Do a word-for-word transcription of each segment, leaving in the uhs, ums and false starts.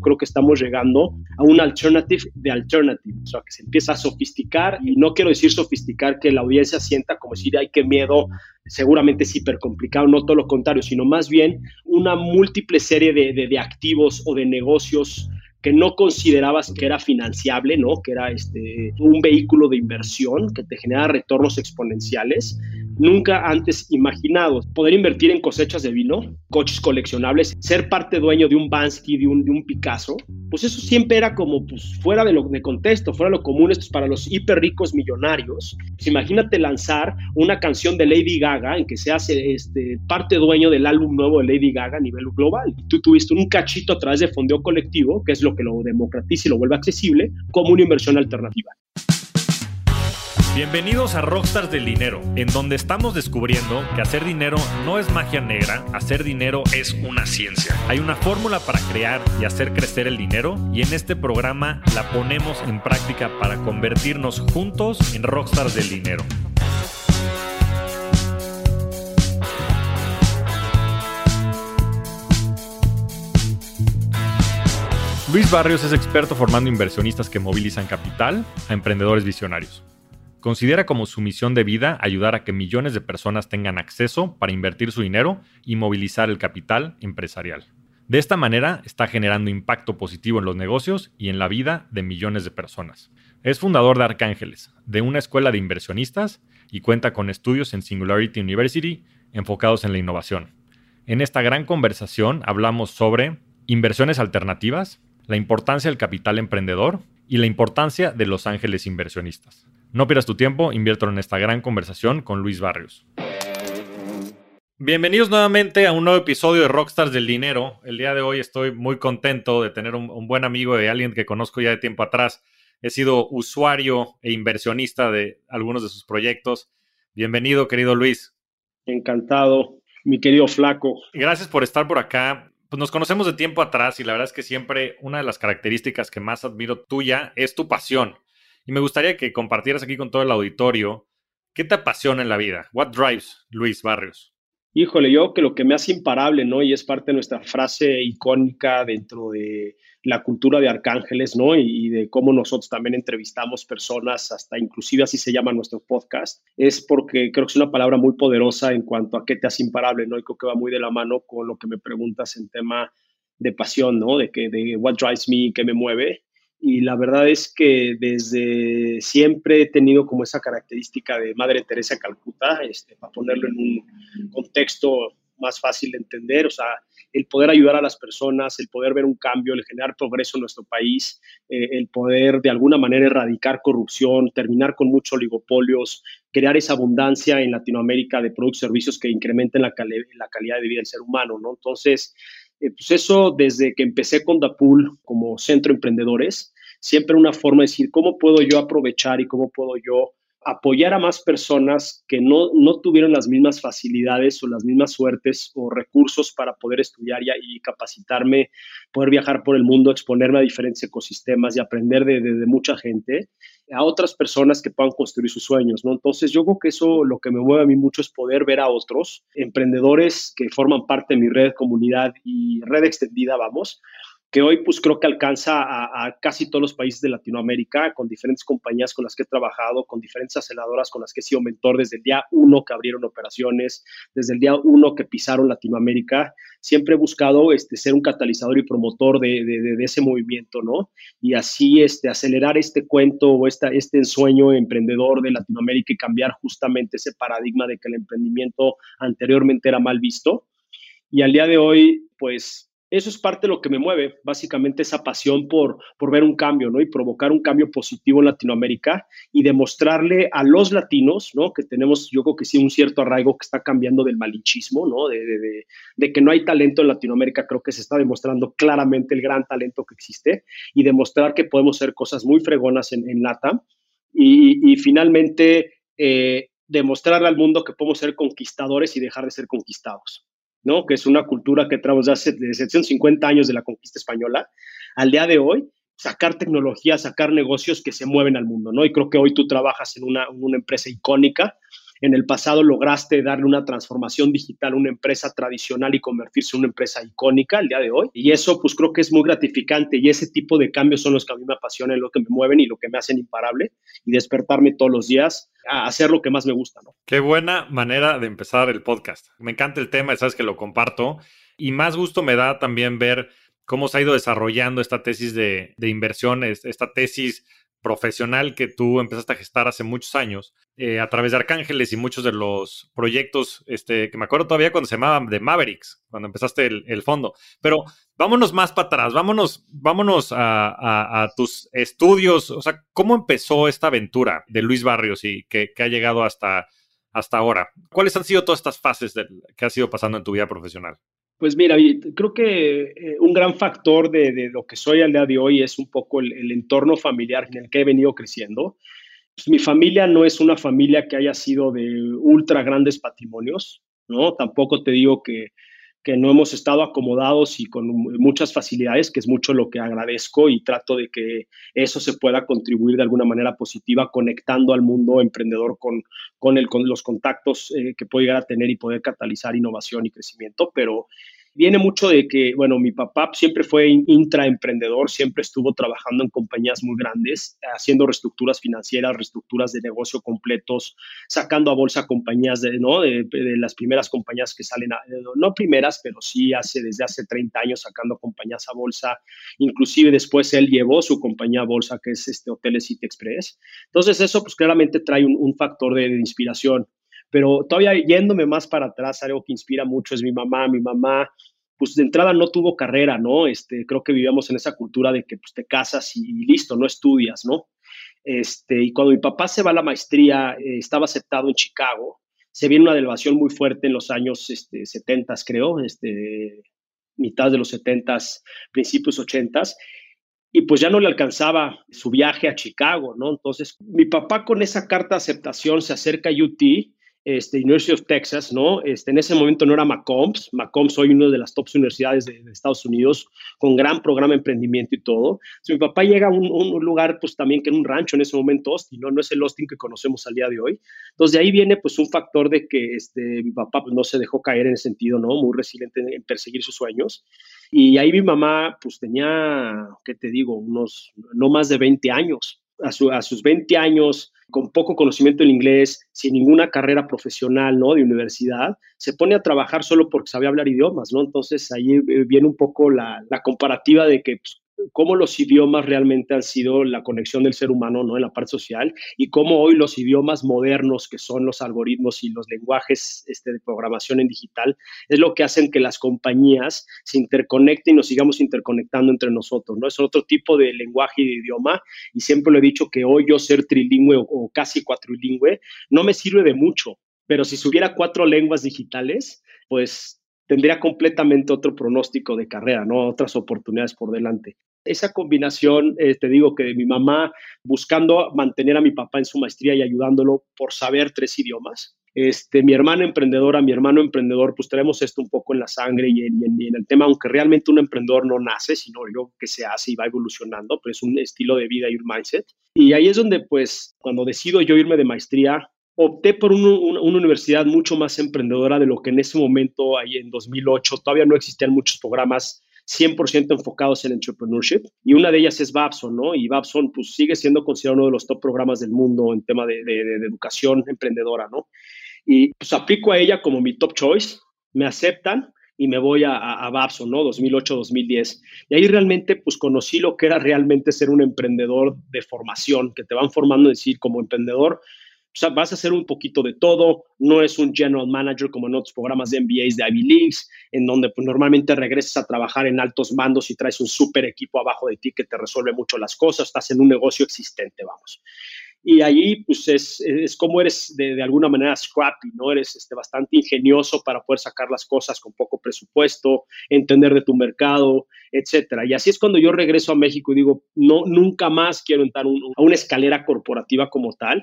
creo que estamos llegando a un alternative de alternative, o sea, que se empieza a sofisticar, y no quiero decir sofisticar que la audiencia sienta como decir, ay, qué miedo, seguramente es hiper complicado, no todo lo contrario, sino más bien una múltiple serie de, de, de activos o de negocios que no considerabas que era financiable, ¿no? Que era este, un vehículo de inversión que te genera retornos exponenciales, nunca antes imaginados. Poder invertir en cosechas de vino, coches coleccionables, ser parte dueño de un Bansky, de un, de un Picasso, pues eso siempre era como pues, fuera de, lo, de contexto, fuera de lo común. Esto es para los hiper ricos millonarios. Pues imagínate lanzar una canción de Lady Gaga en que seas este, parte dueño del álbum nuevo de Lady Gaga a nivel global. Y tú tuviste un cachito a través de fondeo colectivo, que es lo que lo democratiza y lo vuelve accesible, como una inversión alternativa. Bienvenidos a Rockstars del Dinero, en donde estamos descubriendo que hacer dinero no es magia negra, hacer dinero es una ciencia. Hay una fórmula para crear y hacer crecer el dinero, y en este programa la ponemos en práctica para convertirnos juntos en Rockstars del Dinero. Luis Barrios es experto formando inversionistas que movilizan capital a emprendedores visionarios. Considera como su misión de vida ayudar a que millones de personas tengan acceso para invertir su dinero y movilizar el capital empresarial. De esta manera está generando impacto positivo en los negocios y en la vida de millones de personas. Es fundador de Arcángeles, de una escuela de inversionistas, y cuenta con estudios en Singularity University enfocados en la innovación. En esta gran conversación hablamos sobre inversiones alternativas, la importancia del capital emprendedor y la importancia de los ángeles inversionistas. No pierdas tu tiempo, inviértelo en esta gran conversación con Luis Barrios. Bienvenidos nuevamente a un nuevo episodio de Rockstars del Dinero. El día de hoy estoy muy contento de tener un, un buen amigo de alguien que conozco ya de tiempo atrás. He sido usuario e inversionista de algunos de sus proyectos. Bienvenido, querido Luis. Encantado, mi querido Flaco. Gracias por estar por acá. Pues nos conocemos de tiempo atrás y la verdad es que siempre una de las características que más admiro tuya es tu pasión. Y me gustaría que compartieras aquí con todo el auditorio qué te apasiona en la vida. What drives Luis Barrios? Híjole, yo creo que lo que me hace imparable, ¿no? Y es parte de nuestra frase icónica dentro de la cultura de Arcángeles, ¿no? Y, y de cómo nosotros también entrevistamos personas, hasta inclusive así se llama nuestro podcast, es porque creo que es una palabra muy poderosa en cuanto a qué te hace imparable, ¿no? Y creo que va muy de la mano con lo que me preguntas en tema de pasión, ¿no? De, que, de what drives me, qué me mueve. Y la verdad es que desde siempre he tenido como esa característica de Madre Teresa de Calcuta, este, para ponerlo en un contexto más fácil de entender, o sea, el poder ayudar a las personas, el poder ver un cambio, el generar progreso en nuestro país, eh, el poder de alguna manera erradicar corrupción, terminar con muchos oligopolios, crear esa abundancia en Latinoamérica de productos y servicios que incrementen la, cal- la calidad de vida del ser humano, ¿no? Entonces, Eh, pues eso desde que empecé con Dapul como centro de emprendedores, siempre una forma de decir cómo puedo yo aprovechar y cómo puedo yo apoyar a más personas que no, no tuvieron las mismas facilidades o las mismas suertes o recursos para poder estudiar y, y capacitarme, poder viajar por el mundo, exponerme a diferentes ecosistemas y aprender de, de, de mucha gente, a otras personas que puedan construir sus sueños, ¿no? Entonces yo creo que eso lo que me mueve a mí mucho es poder ver a otros emprendedores que forman parte de mi red, comunidad y red extendida, vamos, que hoy pues creo que alcanza a, a casi todos los países de Latinoamérica, con diferentes compañías con las que he trabajado, con diferentes aceleradoras con las que he sido mentor desde el día uno que abrieron operaciones, desde el día uno que pisaron Latinoamérica. Siempre he buscado este, ser un catalizador y promotor de, de, de, de ese movimiento, ¿no? Y así este, acelerar este cuento o esta, este ensueño emprendedor de Latinoamérica y cambiar justamente ese paradigma de que el emprendimiento anteriormente era mal visto. Y al día de hoy, pues, eso es parte de lo que me mueve, básicamente esa pasión por, por ver un cambio, ¿no? Y provocar un cambio positivo en Latinoamérica y demostrarle a los latinos, ¿no? Que tenemos, yo creo que sí, un cierto arraigo que está cambiando del malinchismo, ¿no? De, de, de, de que no hay talento en Latinoamérica. Creo que se está demostrando claramente el gran talento que existe y demostrar que podemos hacer cosas muy fregonas en, en LATAM y, y finalmente eh, demostrarle al mundo que podemos ser conquistadores y dejar de ser conquistados, ¿no? Que es una cultura que traemos desde hace setecientos cincuenta años de la conquista española, al día de hoy, sacar tecnología, sacar negocios que se mueven al mundo, ¿no? Y creo que hoy tú trabajas en una, en una empresa icónica en el pasado lograste darle una transformación digital a una empresa tradicional y convertirse en una empresa icónica el día de hoy. Y eso pues creo que es muy gratificante y ese tipo de cambios son los que a mí me apasionan, lo que me mueven y lo que me hacen imparable y despertarme todos los días a hacer lo que más me gusta, ¿no? Qué buena manera de empezar el podcast. Me encanta el tema, sabes que lo comparto y más gusto me da también ver cómo se ha ido desarrollando esta tesis de, de inversión, esta tesis profesional que tú empezaste a gestar hace muchos años eh, a través de Arcángeles y muchos de los proyectos este, que me acuerdo todavía cuando se llamaban de Mavericks, cuando empezaste el, el fondo. Pero vámonos más para atrás, vámonos, vámonos a, a, a tus estudios. O sea, ¿cómo empezó esta aventura de Luis Barrios y que, que ha llegado hasta, hasta ahora? ¿Cuáles han sido todas estas fases del, que has ido pasando en tu vida profesional? Pues mira, creo que eh, un gran factor de, de lo que soy al día de hoy es un poco el, el entorno familiar en el que he venido creciendo. Pues mi familia no es una familia que haya sido de ultra grandes patrimonios, ¿no? Tampoco te digo que, que no hemos estado acomodados y con muchas facilidades, que es mucho lo que agradezco y trato de que eso se pueda contribuir de alguna manera positiva, conectando al mundo emprendedor con, con, el, con los contactos eh, que puede llegar a tener y poder catalizar innovación y crecimiento, pero viene mucho de que, bueno, mi papá siempre fue intraemprendedor, siempre estuvo trabajando en compañías muy grandes, haciendo reestructuras financieras, reestructuras de negocio completos, sacando a bolsa compañías, de, ¿no? de, de las primeras compañías que salen, a, no primeras, pero sí hace, desde hace treinta años sacando compañías a bolsa. Inclusive después él llevó su compañía a bolsa, que es este Hoteles City Express. Entonces eso pues claramente trae un, un factor de, de inspiración. Pero todavía yéndome más para atrás, algo que inspira mucho es mi mamá. Mi mamá, pues de entrada no tuvo carrera, ¿no? Este, creo que vivíamos en esa cultura de que pues, te casas y, y listo, no estudias, ¿no? Este, y cuando mi papá se va a la maestría, eh, estaba aceptado en Chicago. Se viene una devaluación muy fuerte en los años este, setenta, creo, este, mitad de los setenta, principios ochenta. Y pues ya no le alcanzaba su viaje a Chicago, ¿no? Entonces, mi papá con esa carta de aceptación se acerca a U T, este, University of Texas, ¿no? Este, en ese momento no era Macomb. Macomb hoy una de las top universidades de, de Estados Unidos, con gran programa de emprendimiento y todo. Entonces, mi papá llega a un, un lugar, pues también que en un rancho en ese momento, Austin, ¿no? No es el Austin que conocemos al día de hoy. Entonces, de ahí viene, pues, un factor de que este, mi papá pues, no se dejó caer en ese sentido, ¿no? Muy resiliente en, en perseguir sus sueños. Y ahí mi mamá, pues, tenía, ¿qué te digo? Unos, no más de veinte años. A, su, a sus veinte años, con poco conocimiento del inglés, sin ninguna carrera profesional, ¿no? De universidad, se pone a trabajar solo porque sabía hablar idiomas, ¿no? Entonces ahí viene un poco la, la comparativa de que pues, cómo los idiomas realmente han sido la conexión del ser humano, ¿no? En la parte social, y cómo hoy los idiomas modernos, que son los algoritmos y los lenguajes este, de programación en digital, es lo que hacen que las compañías se interconecten y nos sigamos interconectando entre nosotros, ¿no? Es otro tipo de lenguaje y de idioma, y siempre lo he dicho que hoy yo ser trilingüe o, o casi cuatrilingüe no me sirve de mucho, pero si hubiera cuatro lenguas digitales, pues tendría completamente otro pronóstico de carrera, ¿no? Otras oportunidades por delante. Esa combinación, eh, te digo que de mi mamá buscando mantener a mi papá en su maestría y ayudándolo por saber tres idiomas. Este, mi hermana emprendedora, mi hermano emprendedor, pues tenemos esto un poco en la sangre y en, y en, y en el tema, aunque realmente un emprendedor no nace, sino algo que se hace y va evolucionando, pero es un estilo de vida y un mindset. Y ahí es donde, pues, cuando decido yo irme de maestría, opté por un, un, una universidad mucho más emprendedora de lo que en ese momento, ahí en dos mil ocho, todavía no existían muchos programas cien por ciento enfocados en entrepreneurship, y una de ellas es Babson, ¿no? Y Babson pues sigue siendo considerado uno de los top programas del mundo en tema de, de, de educación emprendedora, ¿no? Y pues aplico a ella como mi top choice, me aceptan y me voy a, a, a Babson, ¿no? dos mil ocho, dos mil diez. Y ahí realmente pues conocí lo que era realmente ser un emprendedor de formación, que te van formando, es decir, como emprendedor, o sea, vas a hacer un poquito de todo, no es un general manager como en otros programas de M B As de Ivy Leagues, en donde pues, normalmente regresas a trabajar en altos mandos y traes un súper equipo abajo de ti que te resuelve mucho las cosas, estás en un negocio existente, vamos. Y ahí, pues, es, es como eres de, de alguna manera scrappy, ¿no? Eres este, bastante ingenioso para poder sacar las cosas con poco presupuesto, entender de tu mercado, etcétera. Y así es cuando yo regreso a México y digo, no, nunca más quiero entrar un, a una escalera corporativa como tal.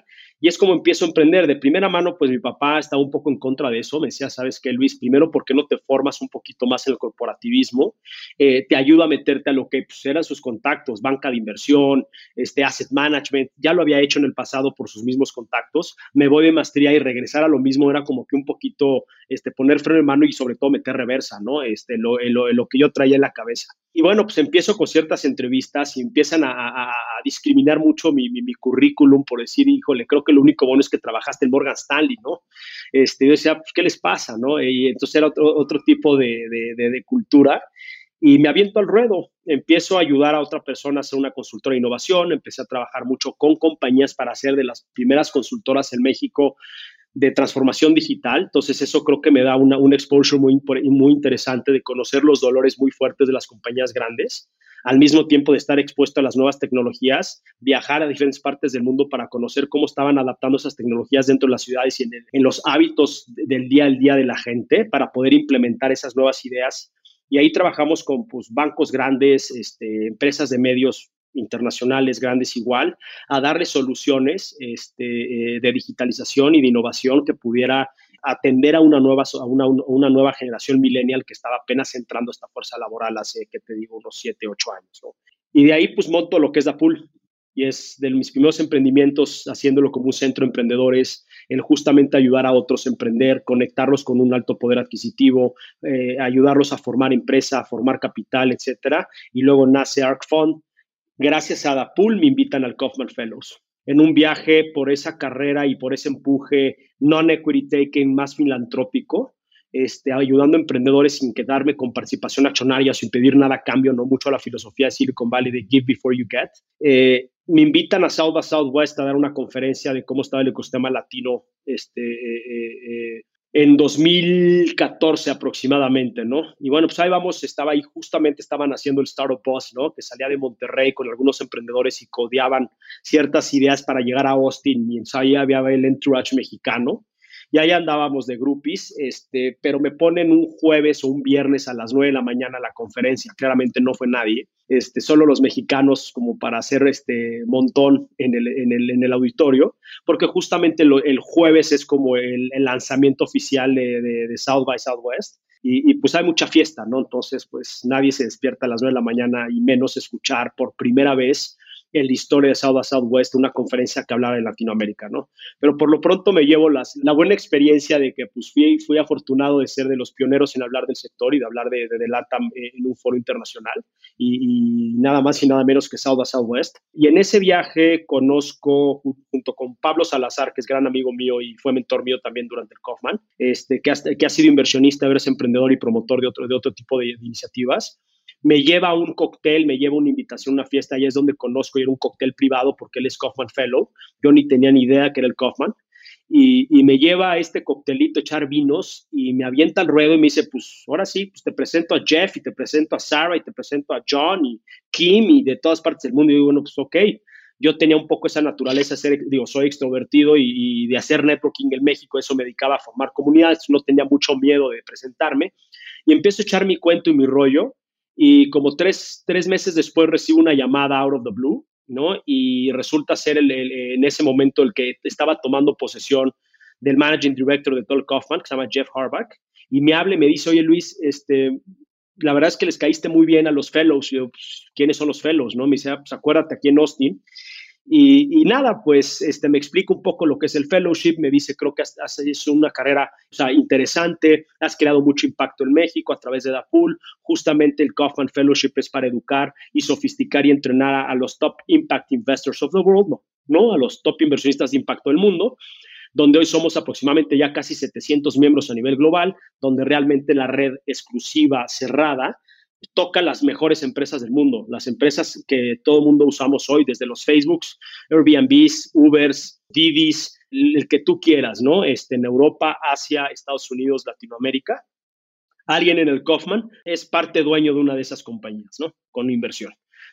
Y es como empiezo a emprender. De primera mano, pues mi papá estaba un poco en contra de eso. Me decía, ¿sabes qué, Luis? Primero, ¿por qué no te formas un poquito más en el corporativismo? Eh, te ayuda a meterte a lo que pues, eran sus contactos, banca de inversión, este, asset management. Ya lo había hecho en el pasado por sus mismos contactos. Me voy de maestría y regresar a lo mismo era como que un poquito este, poner freno en mano y sobre todo meter reversa, ¿no? Este, lo, lo, lo que yo traía en la cabeza. Y bueno, pues empiezo con ciertas entrevistas y empiezan a, a, a discriminar mucho mi, mi, mi currículum por decir, híjole, creo que lo único bueno es que trabajaste en Morgan Stanley, ¿no? Este, yo decía, pues, ¿qué les pasa, no? Y entonces era otro, otro tipo de, de, de, de cultura y me aviento al ruedo. Empiezo a ayudar a otra persona a hacer una consultora de innovación, empecé a trabajar mucho con compañías para ser de las primeras consultoras en México de transformación digital. Entonces eso creo que me da una, un exposure muy, muy interesante de conocer los dolores muy fuertes de las compañías grandes, al mismo tiempo de estar expuesto a las nuevas tecnologías, viajar a diferentes partes del mundo para conocer cómo estaban adaptando esas tecnologías dentro de las ciudades y en, el, en los hábitos del día al día de la gente para poder implementar esas nuevas ideas. Y ahí trabajamos con pues, bancos grandes, este, empresas de medios internacionales grandes igual, a darle soluciones este, eh, de digitalización y de innovación que pudiera atender a una nueva, a una, una nueva generación millennial que estaba apenas entrando a esta fuerza laboral hace, que te digo, unos siete, ocho años, ¿no? Y de ahí pues monto lo que es Dapool, y es de mis primeros emprendimientos haciéndolo como un centro de emprendedores, el justamente ayudar a otros a emprender, conectarlos con un alto poder adquisitivo, eh, ayudarlos a formar empresa, a formar capital, etcétera. Y luego nace Arc Fund. Gracias a Dapool me invitan al Kaufman Fellows. En un viaje por esa carrera y por ese empuje non-equity taking más filantrópico, este, ayudando a emprendedores sin quedarme con participación accionaria, sin pedir nada a cambio, no mucho a la filosofía de Silicon Valley de give before you get. Eh, me invitan a South by Southwest a dar una conferencia de cómo estaba el ecosistema latino este, eh, eh, en dos mil catorce aproximadamente, ¿no? Y bueno, pues ahí vamos, estaba ahí, justamente estaban haciendo el Startup Bus, ¿no? Que salía de Monterrey con algunos emprendedores y codeaban ciertas ideas para llegar a Austin, y ahí había el entourage mexicano. Y ahí andábamos de groupies, este, pero me ponen un jueves o un viernes a las nueve de la mañana a la conferencia. Claramente no fue nadie, este, solo los mexicanos como para hacer este montón en el, en el, en el auditorio, porque justamente lo, el jueves es como el, el lanzamiento oficial de, de, de South by Southwest. Y, y pues hay mucha fiesta, ¿no? Entonces, pues nadie se despierta a las nueve de la mañana y menos escuchar por primera vez en la historia de South by Southwest una conferencia que hablaba de Latinoamérica, ¿no? Pero por lo pronto me llevo las, la buena experiencia de que pues fui, fui afortunado de ser de los pioneros en hablar del sector y de hablar de, de, de LATAM en un foro internacional y, y nada más y nada menos que South by Southwest. Y en ese viaje conozco junto con Pablo Salazar, que es gran amigo mío y fue mentor mío también durante el Kaufman, este, que, ha, que ha sido inversionista, ahora es emprendedor y promotor de otro, de otro tipo de, de iniciativas. Me lleva a un cóctel, me lleva una invitación a una fiesta, y es donde conozco, y era un cóctel privado porque él es Kaufman Fellow, yo ni tenía ni idea que era el Kaufman, y, y me lleva a este coctelito, echar vinos, y me avienta al ruedo y me dice, pues ahora sí, pues te presento a Jeff, y te presento a Sarah, y te presento a John, y Kim, y de todas partes del mundo, y digo, bueno, pues ok, yo tenía un poco esa naturaleza, ser, digo, soy extrovertido, y, y de hacer networking en México, eso me dedicaba a formar comunidades, no tenía mucho miedo de presentarme, y empiezo a echar mi cuento y mi rollo. Y como tres, tres meses después recibo una llamada out of the blue, ¿no? Y resulta ser el, el, en ese momento el que estaba tomando posesión del managing director de todo el Kaufman, que se llama Jeff Harbach, y me habla y me dice, oye Luis, este, la verdad es que les caíste muy bien a los fellows. Y yo, pues, ¿quiénes son los fellows? ¿No? Me dice, ah, pues acuérdate aquí en Austin. Y, y nada, pues este, me explica un poco lo que es el fellowship, me dice, creo que has, has hecho una carrera o sea, interesante, has creado mucho impacto en México a través de Dapool, justamente el Kaufman Fellowship es para educar y sofisticar y entrenar a, a los top impact investors of the world, ¿no? ¿no? A los top inversionistas de impacto del mundo, donde hoy somos aproximadamente ya casi setecientos miembros a nivel global, donde realmente la red exclusiva, cerrada, toca las mejores empresas del mundo, las empresas que todo el mundo usamos hoy, desde los Facebooks, Airbnbs, Ubers, Didis, el que tú quieras, ¿no? Este, en Europa, Asia, Estados Unidos, Latinoamérica. Alguien en el Kaufman es parte dueño de una de esas compañías, ¿no? Con inversión.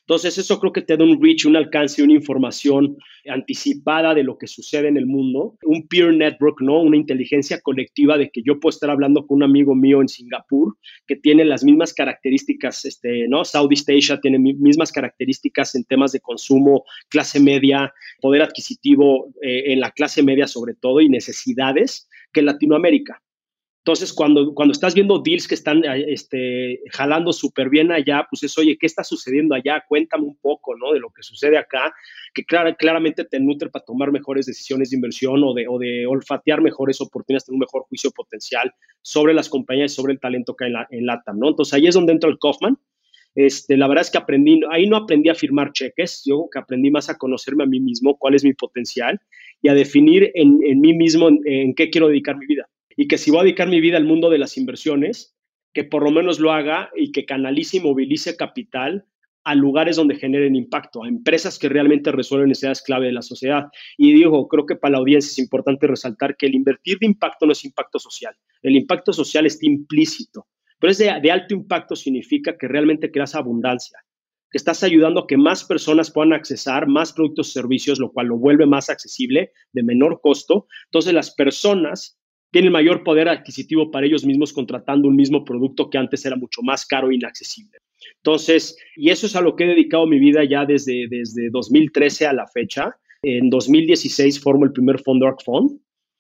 Entonces, eso creo que te da un reach, un alcance, una información anticipada de lo que sucede en el mundo, un peer network, ¿no? Una inteligencia colectiva de que yo puedo estar hablando con un amigo mío en Singapur que tiene las mismas características, este, ¿no? Southeast Asia tiene mismas características en temas de consumo, clase media, poder adquisitivo eh, en la clase media sobre todo y necesidades que Latinoamérica. Entonces, cuando, cuando estás viendo deals que están este, jalando súper bien allá, pues es, oye, ¿qué está sucediendo allá? Cuéntame un poco, ¿no? De lo que sucede acá, que clar, claramente te nutre para tomar mejores decisiones de inversión o de, o de olfatear mejores oportunidades, tener un mejor juicio potencial sobre las compañías y sobre el talento que hay en, la, en LATAM, ¿no? Entonces, ahí es donde entra el Kaufman. Este, la verdad es que aprendí, ahí no aprendí a firmar cheques, yo que aprendí más a conocerme a mí mismo, cuál es mi potencial y a definir en, en mí mismo en, en qué quiero dedicar mi vida. Y que si voy a dedicar mi vida al mundo de las inversiones, que por lo menos lo haga y que canalice y movilice capital a lugares donde generen impacto, a empresas que realmente resuelven necesidades clave de la sociedad. Y digo, creo que para la audiencia es importante resaltar que el invertir de impacto no es impacto social. El impacto social está implícito, pero es de, de alto impacto significa que realmente creas abundancia, que estás ayudando a que más personas puedan accesar más productos y servicios, lo cual lo vuelve más accesible, de menor costo. Entonces, las personas tienen mayor poder adquisitivo para ellos mismos contratando un mismo producto que antes era mucho más caro e inaccesible. Entonces, y eso es a lo que he dedicado mi vida ya desde, desde dos mil trece a la fecha. En dos mil dieciséis formo el primer fondo Arc Fund.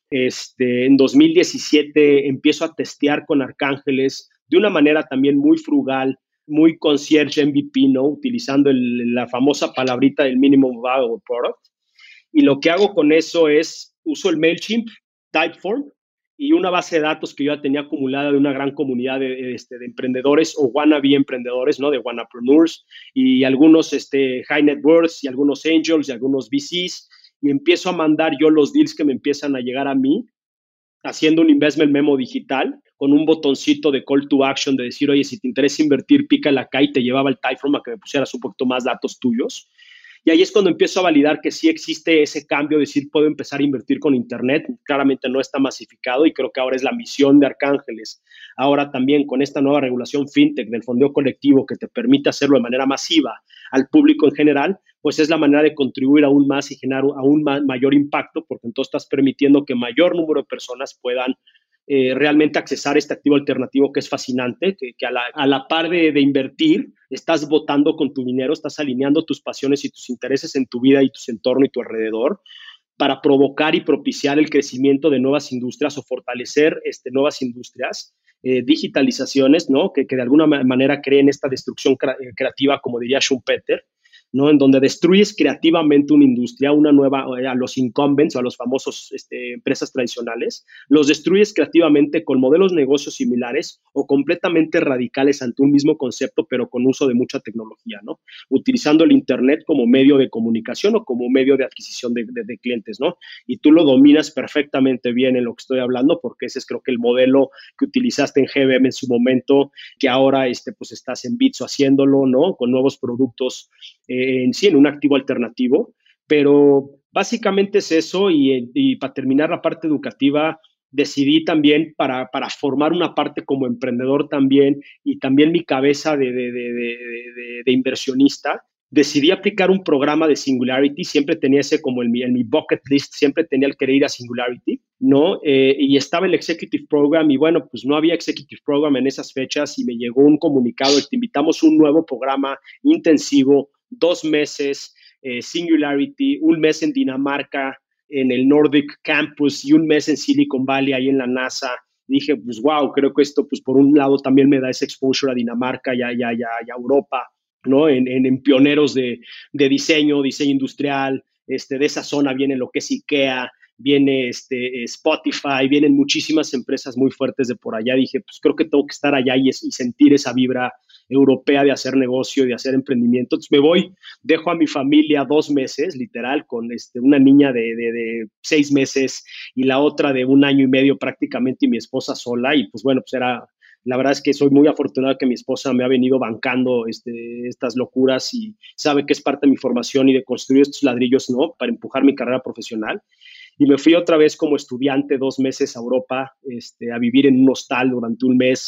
Este, en dos mil diecisiete empiezo a testear con Arcángeles de una manera también muy frugal, muy concierge M V P, ¿no? Utilizando el, la famosa palabrita del Minimum Viable Product. Y lo que hago con eso es, uso el MailChimp, Typeform, y una base de datos que yo ya tenía acumulada de una gran comunidad de, de, este, de emprendedores o wannabe emprendedores, ¿no? De wannapreneurs y algunos este, high net worths y algunos angels y algunos V Cs, y empiezo a mandar yo los deals que me empiezan a llegar a mí, haciendo un investment memo digital con un botoncito de call to action de decir, oye, si te interesa invertir, pícale acá y te llevaba el Typeform a que me pusieras un poquito más datos tuyos. Y ahí es cuando empiezo a validar que sí existe ese cambio, de decir, puedo empezar a invertir con Internet. Claramente no está masificado y creo que ahora es la misión de Arcángeles. Ahora también con esta nueva regulación fintech del fondeo colectivo que te permite hacerlo de manera masiva al público en general, pues es la manera de contribuir aún más y generar aún más, mayor impacto, porque entonces estás permitiendo que mayor número de personas puedan Eh, realmente accesar este activo alternativo que es fascinante, que, que a, la, a la par de, de invertir, estás votando con tu dinero, estás alineando tus pasiones y tus intereses en tu vida y tu entorno y tu alrededor para provocar y propiciar el crecimiento de nuevas industrias o fortalecer este, nuevas industrias, eh, digitalizaciones, ¿no? que, que de alguna manera creen esta destrucción cre- creativa, como diría Schumpeter, ¿no? En donde destruyes creativamente una industria, una nueva, a los incumbents, a los famosos este, empresas tradicionales, los destruyes creativamente con modelos de negocios similares o completamente radicales ante un mismo concepto, pero con uso de mucha tecnología, ¿no? Utilizando el Internet como medio de comunicación o como medio de adquisición de, de, de clientes, ¿no? Y tú lo dominas perfectamente bien en lo que estoy hablando, porque ese es creo que el modelo que utilizaste en G B M en su momento, que ahora este, pues estás en Bitso haciéndolo, ¿no? Con nuevos productos eh, en sí, en un activo alternativo, pero básicamente es eso y, y para terminar la parte educativa, decidí también para, para formar una parte como emprendedor también y también mi cabeza de, de, de, de, de, de inversionista, decidí aplicar un programa de Singularity, siempre tenía ese como en mi, en mi bucket list, siempre tenía el querer ir a Singularity, ¿no? Eh, y estaba el Executive Program y bueno, pues no había Executive Program en esas fechas y me llegó un comunicado de que te invitamos a un nuevo programa intensivo, dos meses, eh, Singularity, un mes en Dinamarca, en el Nordic Campus y un mes en Silicon Valley, ahí en la NASA. Y dije, pues wow, creo que esto, pues por un lado también me da ese exposure a Dinamarca y a, y a, y a Europa, ¿no? En, en, en pioneros de, de diseño, diseño industrial, este, de esa zona viene lo que es IKEA, viene este, Spotify, vienen muchísimas empresas muy fuertes de por allá. Dije, pues creo que tengo que estar allá y, y sentir esa vibra europea de hacer negocio, de hacer emprendimiento. Entonces me voy, dejo a mi familia dos meses, literal, con este, una niña de, de, de seis meses y la otra de un año y medio prácticamente y mi esposa sola. Y pues bueno, pues era, la verdad es que soy muy afortunado que mi esposa me ha venido bancando este, estas locuras y sabe que es parte de mi formación y de construir estos ladrillos, ¿no? Para empujar mi carrera profesional. Y me fui otra vez como estudiante dos meses a Europa, este, a vivir en un hostal durante un mes,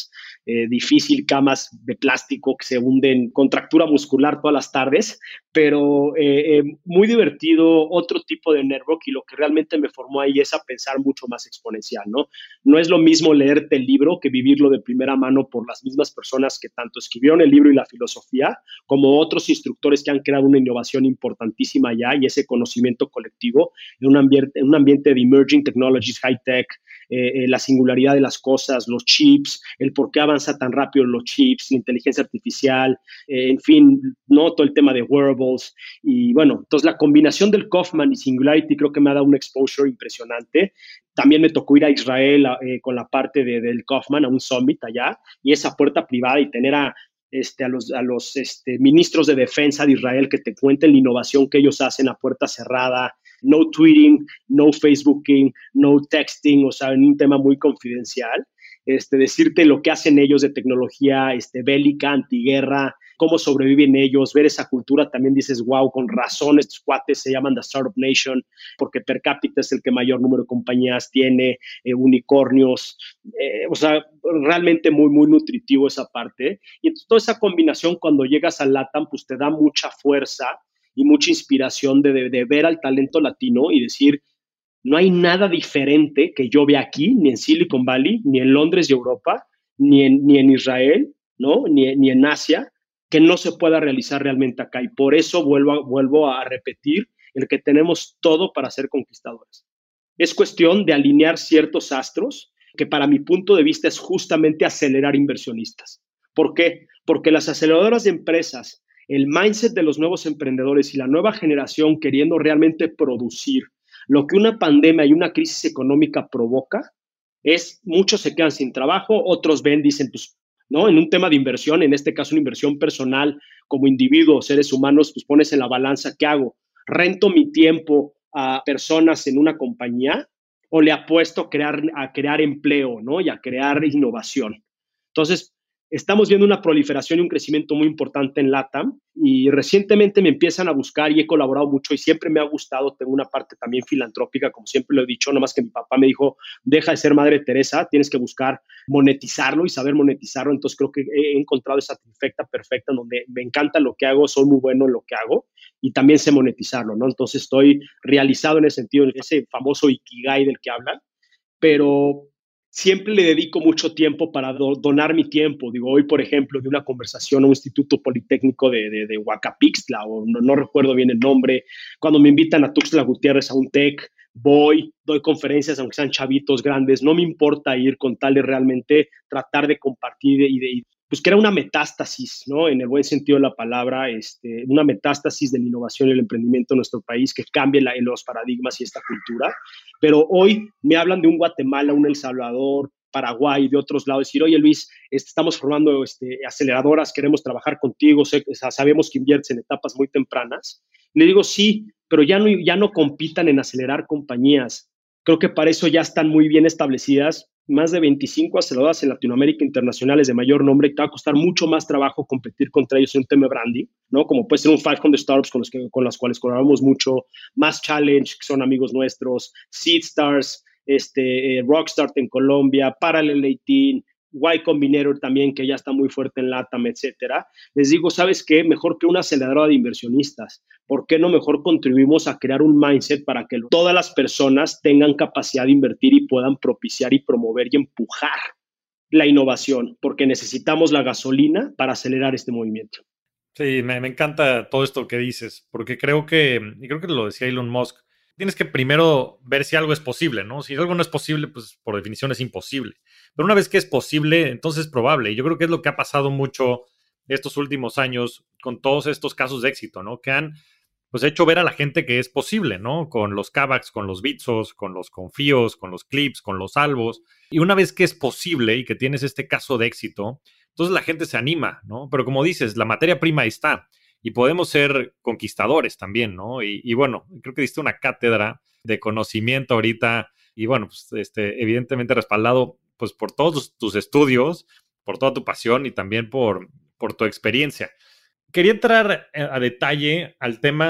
eh, difícil, camas de plástico que se hunden, contractura muscular todas las tardes, pero eh, eh, muy divertido, otro tipo de network, y lo que realmente me formó ahí es a pensar mucho más exponencial, ¿no? No es lo mismo leerte el libro que vivirlo de primera mano por las mismas personas que tanto escribieron el libro y la filosofía, como otros instructores que han creado una innovación importantísima ya y ese conocimiento colectivo en un ambiente, en un ambiente de emerging technologies, high tech, eh, eh, la singularidad de las cosas, los chips, el por qué avanza tan rápido los chips, la inteligencia artificial, eh, en fin, ¿no? Todo el tema de wearables. Y bueno, entonces la combinación del Kaufman y Singularity creo que me ha dado un exposure impresionante. También me tocó ir a Israel eh, con la parte de, del Kaufman a un summit allá y esa puerta privada y tener a, este, a los, a los este, ministros de defensa de Israel que te cuenten la innovación que ellos hacen a puerta cerrada, no tweeting, no facebooking, no texting, o sea, en un tema muy confidencial. Este, decirte lo que hacen ellos de tecnología este, bélica, antiguerra, cómo sobreviven ellos, ver esa cultura, también dices, wow, con razón, estos cuates se llaman The Startup Nation, porque per cápita es el que mayor número de compañías tiene, eh, unicornios, eh, o sea, realmente muy, muy nutritivo esa parte. Y entonces toda esa combinación cuando llegas a LATAM, pues te da mucha fuerza y mucha inspiración de, de, de ver al talento latino y decir, no hay nada diferente que yo vea aquí, ni en Silicon Valley, ni en Londres y Europa, ni en, ni en Israel, ¿no? Ni, ni en Asia, que no se pueda realizar realmente acá. Y por eso vuelvo a, vuelvo a repetir el que tenemos todo para ser conquistadores. Es cuestión de alinear ciertos astros, que para mi punto de vista es justamente acelerar inversionistas. ¿Por qué? Porque las aceleradoras de empresas, el mindset de los nuevos emprendedores y la nueva generación queriendo realmente producir, lo que una pandemia y una crisis económica provoca es muchos se quedan sin trabajo, otros ven, dicen, pues, ¿no? En un tema de inversión, en este caso una inversión personal como individuo, seres humanos, pues pones en la balanza, ¿qué hago? ¿Rento mi tiempo a personas en una compañía o le apuesto a crear, a crear empleo, ¿no? Y a crear innovación? Entonces, estamos viendo una proliferación y un crecimiento muy importante en LATAM y recientemente me empiezan a buscar y he colaborado mucho y siempre me ha gustado, tengo una parte también filantrópica, como siempre lo he dicho, nomás que mi papá me dijo, deja de ser Madre Teresa, tienes que buscar monetizarlo y saber monetizarlo, entonces creo que he encontrado esa trifecta perfecta en donde me encanta lo que hago, soy muy bueno en lo que hago y también sé monetizarlo, ¿no? Entonces estoy realizado en ese sentido, en ese famoso Ikigai del que hablan, pero siempre le dedico mucho tiempo para do, donar mi tiempo. Digo, hoy, por ejemplo, de una conversación a un instituto politécnico de, de, de Huacapixtla, o no, no recuerdo bien el nombre, cuando me invitan a Tuxtla Gutiérrez a un TEC, voy, doy conferencias, aunque sean chavitos grandes, no me importa ir con tal de realmente tratar de compartir y de, pues que era una metástasis, ¿no? En el buen sentido de la palabra, este, una metástasis de la innovación y el emprendimiento en nuestro país que cambie la, los paradigmas y esta cultura. Pero hoy me hablan de un Guatemala, un El Salvador, Paraguay, de otros lados, decir, oye Luis, este, estamos formando este, aceleradoras, queremos trabajar contigo, sé, o sea, sabemos que inviertes en etapas muy tempranas. Le digo, sí, pero ya no, ya no compitan en acelerar compañías. Creo que para eso ya están muy bien establecidas más de veinticinco aceleradoras en Latinoamérica internacionales de mayor nombre y te va a costar mucho más trabajo competir contra ellos en un tema de branding, ¿no? Como puede ser un quinientos Startups con los, que, con los cuales colaboramos mucho, Más Challenge, que son amigos nuestros, Seedstars, este, eh, Rockstart en Colombia, Parallel dieciocho, Y Combinator también, que ya está muy fuerte en LATAM, etcétera. Les digo, ¿sabes qué? Mejor que una aceleradora de inversionistas. ¿Por qué no mejor contribuimos a crear un mindset para que todas las personas tengan capacidad de invertir y puedan propiciar y promover y empujar la innovación? Porque necesitamos la gasolina para acelerar este movimiento. Sí, me, me encanta todo esto que dices, porque creo que, y creo que lo decía Elon Musk, tienes que primero ver si algo es posible, ¿no? Si algo no es posible, pues por definición es imposible. Pero una vez que es posible, entonces es probable. Y yo creo que es lo que ha pasado mucho estos últimos años con todos estos casos de éxito, ¿no? Que han pues hecho ver a la gente que es posible, ¿no? Con los Kavaks, con los Bitsos, con los Confíos, con los Clips, con los Albos. Y una vez que es posible y que tienes este caso de éxito, entonces la gente se anima, ¿no? Pero como dices, la materia prima ahí está. Y podemos ser conquistadores también, ¿no? Y, y bueno, creo que diste una cátedra de conocimiento ahorita y bueno, pues este, evidentemente respaldado pues por todos tus estudios, por toda tu pasión y también por, por tu experiencia. Quería entrar a detalle al tema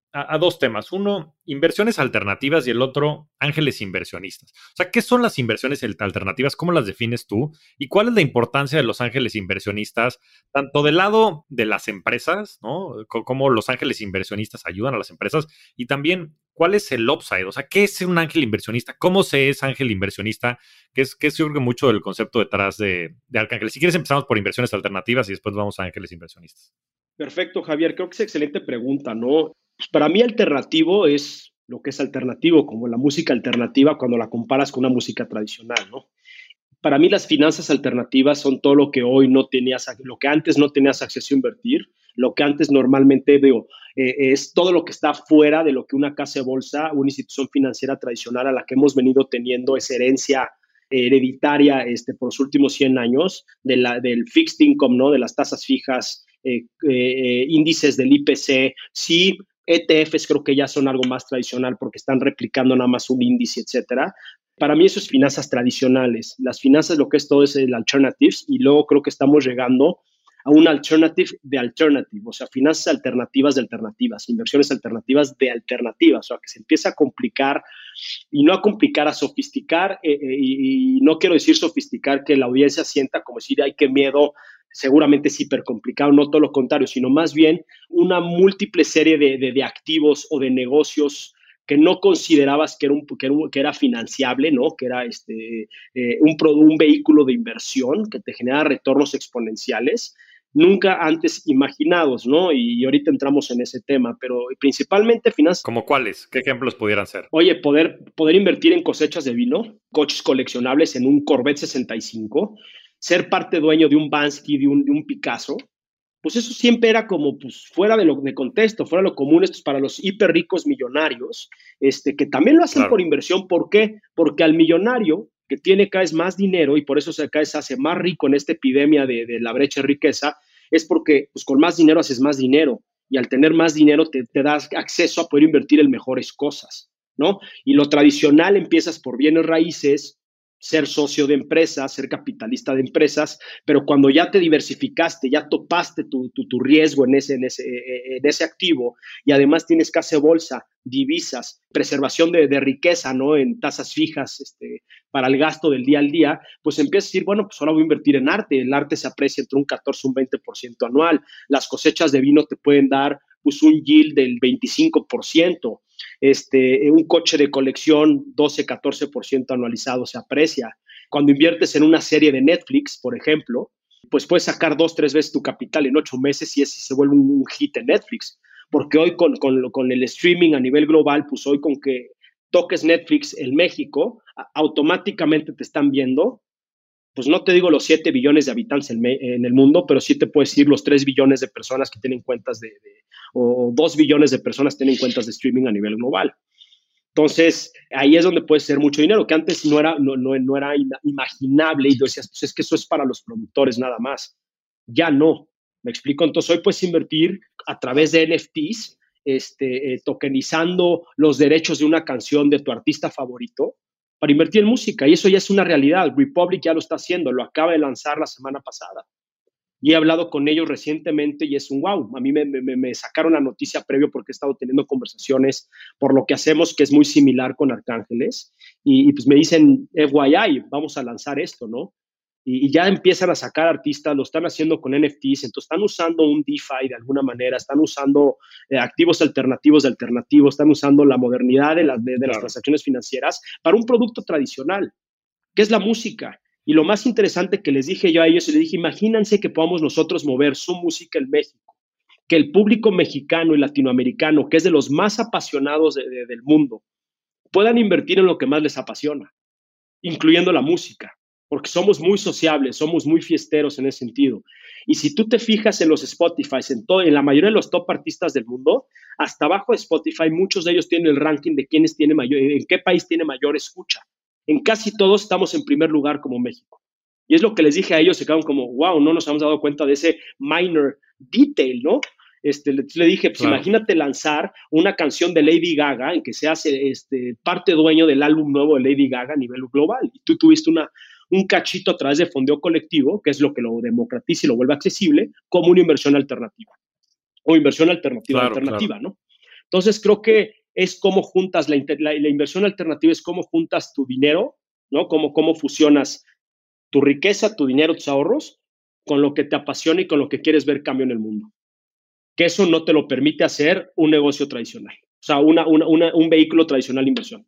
a, a dos temas. Uno, inversiones alternativas y el otro, ángeles inversionistas. O sea, ¿qué son las inversiones alternativas? ¿Cómo las defines tú? ¿Y cuál es la importancia de los ángeles inversionistas, tanto del lado de las empresas, ¿no? C- cómo los ángeles inversionistas ayudan a las empresas y también cuál es el upside? O sea, ¿qué es un ángel inversionista? ¿Cómo se es ángel inversionista? Que es, que es yo creo que mucho del concepto detrás de, de Arcángeles. Si quieres empezamos por inversiones alternativas y después vamos a ángeles inversionistas. Perfecto, Javier. Creo que es excelente pregunta, ¿no? Pues para mí alternativo es lo que es alternativo, como la música alternativa cuando la comparas con una música tradicional, ¿no? Para mí las finanzas alternativas son todo lo que hoy no tenías, lo que antes no tenías acceso a invertir, lo que antes normalmente veo, eh, es todo lo que está fuera de lo que una casa de bolsa, una institución financiera tradicional a la que hemos venido teniendo esa herencia eh, hereditaria este, por los últimos cien años, de la, del fixed income, ¿no? De las tasas fijas, eh, eh, índices del I P C, sí, E T Fs creo que ya son algo más tradicional porque están replicando nada más un índice, etcétera. Para mí eso es finanzas tradicionales. Las finanzas lo que es todo es el alternatives y luego creo que estamos llegando a un alternative de alternative, o sea, finanzas alternativas de alternativas, inversiones alternativas de alternativas, o sea, que se empieza a complicar y no a complicar, a sofisticar, eh, eh, y, y no quiero decir sofisticar que la audiencia sienta como decir, ay, qué miedo, seguramente es hiper complicado, no todo lo contrario, sino más bien una múltiple serie de, de, de activos o de negocios que no considerabas que era, un, que era, un, que era financiable, ¿no? Que era este, eh, un, un vehículo de inversión que te genera retornos exponenciales, nunca antes imaginados, ¿no? Y, y ahorita entramos en ese tema, pero principalmente finanzas. ¿Cómo cuáles? ¿Qué ejemplos pudieran ser? Oye, poder, poder invertir en cosechas de vino, coches coleccionables en un Corvette sesenta y cinco, ser parte dueño de un Bansky, de un, de un Picasso, pues eso siempre era como pues, fuera de lo de contexto, fuera de lo común. Esto es para los hiper ricos millonarios, este, que también lo hacen claro. por inversión. ¿Por qué? Porque al millonario que tiene cada vez más dinero y por eso se, cada vez se hace más rico en esta epidemia de, de la brecha de riqueza, es porque pues, con más dinero haces más dinero y al tener más dinero te, te das acceso a poder invertir en mejores cosas, ¿no? Y lo tradicional empiezas por bienes raíces, ser socio de empresas, ser capitalista de empresas, pero cuando ya te diversificaste, ya topaste tu, tu, tu riesgo en ese, en, ese, en ese activo y además tienes casa de bolsa, divisas, preservación de, de riqueza, ¿no? En tasas fijas este, para el gasto del día al día, pues empiezas a decir, bueno, pues ahora voy a invertir en arte. El arte se aprecia entre un catorce y un veinte por ciento anual. Las cosechas de vino te pueden dar pues un yield del veinticinco por ciento. Este, un coche de colección doce, catorce por ciento anualizado se aprecia. Cuando inviertes en una serie de Netflix, por ejemplo, pues puedes sacar dos, tres veces tu capital en ocho meses y, es, y se vuelve un, un hit en Netflix. Porque hoy con, con, con el streaming a nivel global, pues hoy con que toques Netflix en México, automáticamente te están viendo, pues no te digo los siete billones de habitantes en, me, en el mundo, pero sí te puedo decir los tres billones de personas que tienen cuentas de, de o dos billones de personas tienen cuentas de streaming a nivel global. Entonces, ahí es donde puede ser mucho dinero, que antes no era, no, no, no era imaginable y tú decías, pues es que eso es para los productores nada más. Ya no, me explico. Entonces, hoy puedes invertir a través de N F Ts, este, eh, tokenizando los derechos de una canción de tu artista favorito para invertir en música, y eso ya es una realidad. Republic ya lo está haciendo, lo acaba de lanzar la semana pasada. Y he hablado con ellos recientemente y es un wow. A mí me, me, me sacaron la noticia previo porque he estado teniendo conversaciones por lo que hacemos, que es muy similar con Arcángeles. Y, y pues me dicen, F Y I, vamos a lanzar esto, ¿no? Y, y ya empiezan a sacar artistas, lo están haciendo con N F Ts, entonces están usando un DeFi de alguna manera, están usando eh, activos alternativos de alternativos, están usando la modernidad de, la, de, de claro. las transacciones financieras para un producto tradicional, que es la música. Y lo más interesante que les dije yo a ellos, les dije, imagínense que podamos nosotros mover su música en México, que el público mexicano y latinoamericano, que es de los más apasionados de, de, del mundo, puedan invertir en lo que más les apasiona, incluyendo la música, porque somos muy sociables, somos muy fiesteros en ese sentido. Y si tú te fijas en los Spotify, en, todo, en la mayoría de los top artistas del mundo, hasta abajo de Spotify, muchos de ellos tienen el ranking de quiénes tiene mayor, en qué país tiene mayor escucha. En casi todos estamos en primer lugar como México. Y es lo que les dije a ellos, se quedaron como, wow, no nos hemos dado cuenta de ese minor detail, ¿no? Este, le, le dije, pues claro. Imagínate lanzar una canción de Lady Gaga en que se hace este, parte dueño del álbum nuevo de Lady Gaga a nivel global. Y tú tuviste una, un cachito a través de fondeo colectivo, que es lo que lo democratiza y lo vuelve accesible, como una inversión alternativa. O inversión alternativa, claro, alternativa, claro. ¿no? Entonces creo que es cómo juntas, la, la, la inversión alternativa es cómo juntas tu dinero, ¿no? Cómo, cómo fusionas tu riqueza, tu dinero, tus ahorros, con lo que te apasiona y con lo que quieres ver cambio en el mundo. Que eso no te lo permite hacer un negocio tradicional, o sea, una, una, una, un vehículo tradicional de inversión.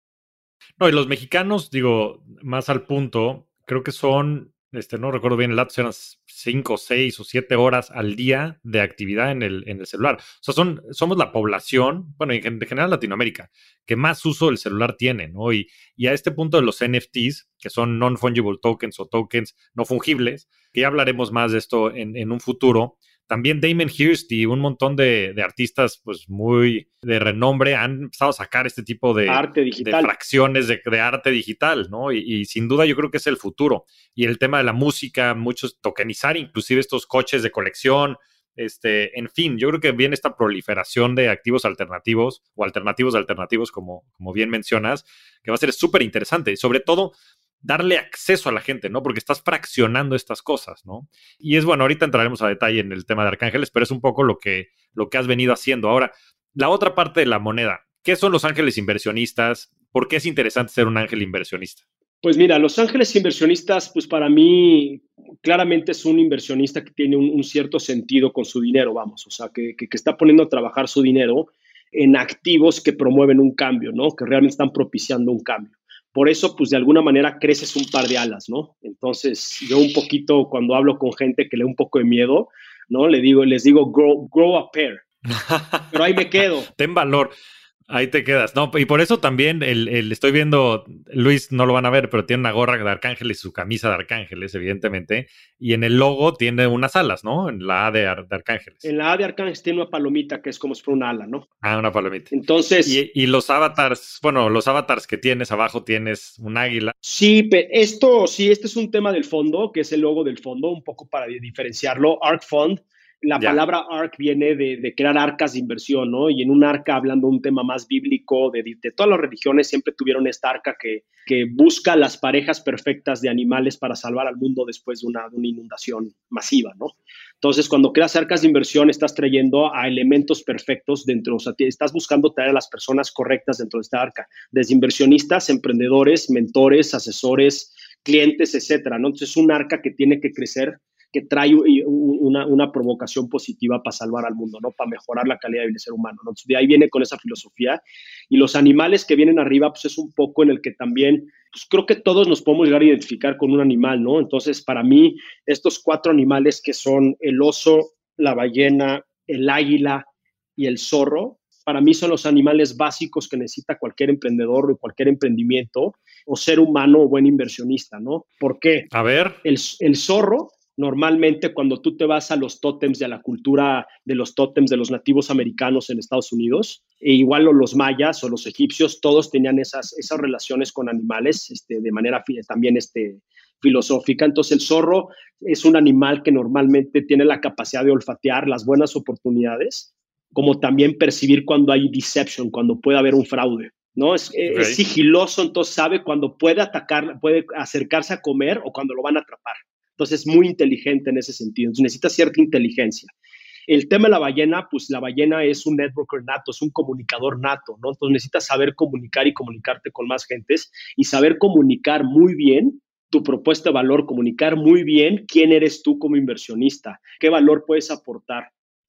No, y los mexicanos, digo, más al punto, creo que son, este, no recuerdo bien el dato, eran cinco, seis o siete horas al día de actividad en el, en el celular. O sea, son, somos la población, bueno, en general Latinoamérica, que más uso del celular tiene, ¿no? Y, y a este punto de los N F Ts, que son non-fungible tokens o tokens no fungibles, que ya hablaremos más de esto en, en un futuro. También Damon Hirst y un montón de, de artistas pues muy de renombre han empezado a sacar este tipo de, arte digital. de fracciones de, de arte digital, ¿no? Y, y sin duda yo creo que es el futuro. Y el tema de la música, muchos tokenizar inclusive estos coches de colección, este, en fin, yo creo que viene esta proliferación de activos alternativos o alternativos de alternativos, como, como bien mencionas, que va a ser súper interesante. Y sobre todo, darle acceso a la gente, ¿no? Porque estás fraccionando estas cosas, ¿no? Y es bueno, ahorita entraremos a detalle en el tema de Arcángeles, pero es un poco lo que, lo que has venido haciendo. Ahora, la otra parte de la moneda, ¿qué son los ángeles inversionistas? ¿Por qué es interesante ser un ángel inversionista? Pues mira, los ángeles inversionistas, pues para mí, claramente es un inversionista que tiene un, un cierto sentido con su dinero, vamos, o sea, que, que, que está poniendo a trabajar su dinero en activos que promueven un cambio, ¿no? Que realmente están propiciando un cambio. Por eso, pues de alguna manera creces un par de alas, ¿no? Entonces, yo un poquito cuando hablo con gente que le da un poco de miedo, ¿no? Le digo, les digo, grow, grow a pair. Pero ahí me quedo. Ten valor. Ahí te quedas. No, y por eso también el, el, estoy viendo, Luis no lo van a ver, pero tiene una gorra de Arcángeles, su camisa de Arcángeles, evidentemente, y en el logo tiene unas alas, ¿no? En la A de, Ar, de Arcángeles. En la A de Arcángeles tiene una palomita que es como si fuera una ala, ¿no? Ah, una palomita. Entonces... Y, y los avatars, bueno, los avatars que tienes, abajo tienes un águila. Sí, pero esto, sí, este es un tema del fondo, que es el logo del fondo, un poco para diferenciarlo. Ark Fund. La ya. palabra ark viene de, de crear arcas de inversión, ¿no? Y en un arca, hablando de un tema más bíblico, de, de todas las religiones siempre tuvieron esta arca que, que busca las parejas perfectas de animales para salvar al mundo después de una, de una inundación masiva, ¿no? Entonces, cuando creas arcas de inversión, estás trayendo a elementos perfectos dentro, o sea, estás buscando traer a las personas correctas dentro de esta arca, desde inversionistas, emprendedores, mentores, asesores, clientes, etcétera, ¿no? Entonces, es un arca que tiene que crecer, que trae una, una provocación positiva para salvar al mundo, ¿no? Para mejorar la calidad de vida del ser humano, ¿no? Entonces, de ahí viene con esa filosofía. Y los animales que vienen arriba, pues es un poco en el que también, pues creo que todos nos podemos llegar a identificar con un animal, ¿no? Entonces, para mí, estos cuatro animales que son el oso, la ballena, el águila y el zorro, para mí son los animales básicos que necesita cualquier emprendedor o cualquier emprendimiento o ser humano o buen inversionista, ¿no? ¿Por qué? A ver. El, el zorro... Normalmente cuando tú te vas a los tótems de la cultura de los tótems de los nativos americanos en Estados Unidos, e igual los mayas o los egipcios, todos tenían esas, esas relaciones con animales este, de manera también este, filosófica. Entonces el zorro es un animal que normalmente tiene la capacidad de olfatear las buenas oportunidades, como también percibir cuando hay deception, cuando puede haber un fraude. ¿No? Es, okay. es sigiloso, entonces sabe cuando puede atacar, puede acercarse a comer o cuando lo van a atrapar. Entonces es muy inteligente en ese sentido. Entonces necesita cierta inteligencia. El tema de la ballena, pues la ballena es un networker nato, es un comunicador nato, ¿no? Entonces necesitas saber comunicar y comunicarte con más gentes y saber comunicar muy bien tu propuesta de valor, comunicar muy bien quién eres tú como inversionista, qué valor puedes aportar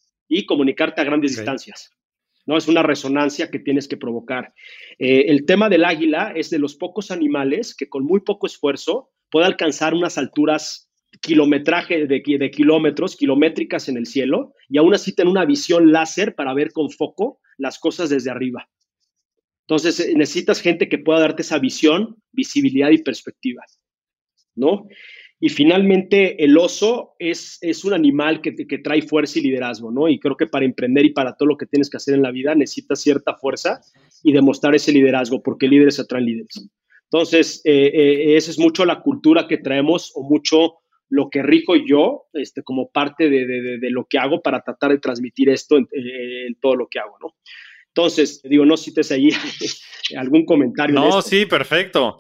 y comunicarte a grandes okay. distancias. ¿No? Es una resonancia que tienes que provocar. Eh, el tema del águila es de los pocos animales que con muy poco esfuerzo puede alcanzar unas alturas kilometraje de, de kilómetros, kilométricas en el cielo, y aún así tener una visión láser para ver con foco las cosas desde arriba. Entonces, necesitas gente que pueda darte esa visión, visibilidad y perspectiva, ¿no? Y finalmente, el oso es, es un animal que, que trae fuerza y liderazgo, ¿no? Y creo que para emprender y para todo lo que tienes que hacer en la vida necesitas cierta fuerza y demostrar ese liderazgo, porque líderes atraen líderes. Entonces, eh, eh, esa es mucho la cultura que traemos o mucho lo que rijo yo este, como parte de, de, de lo que hago para tratar de transmitir esto en, en todo lo que hago, ¿no? Entonces, digo, no cites ahí algún comentario. No, sí, perfecto.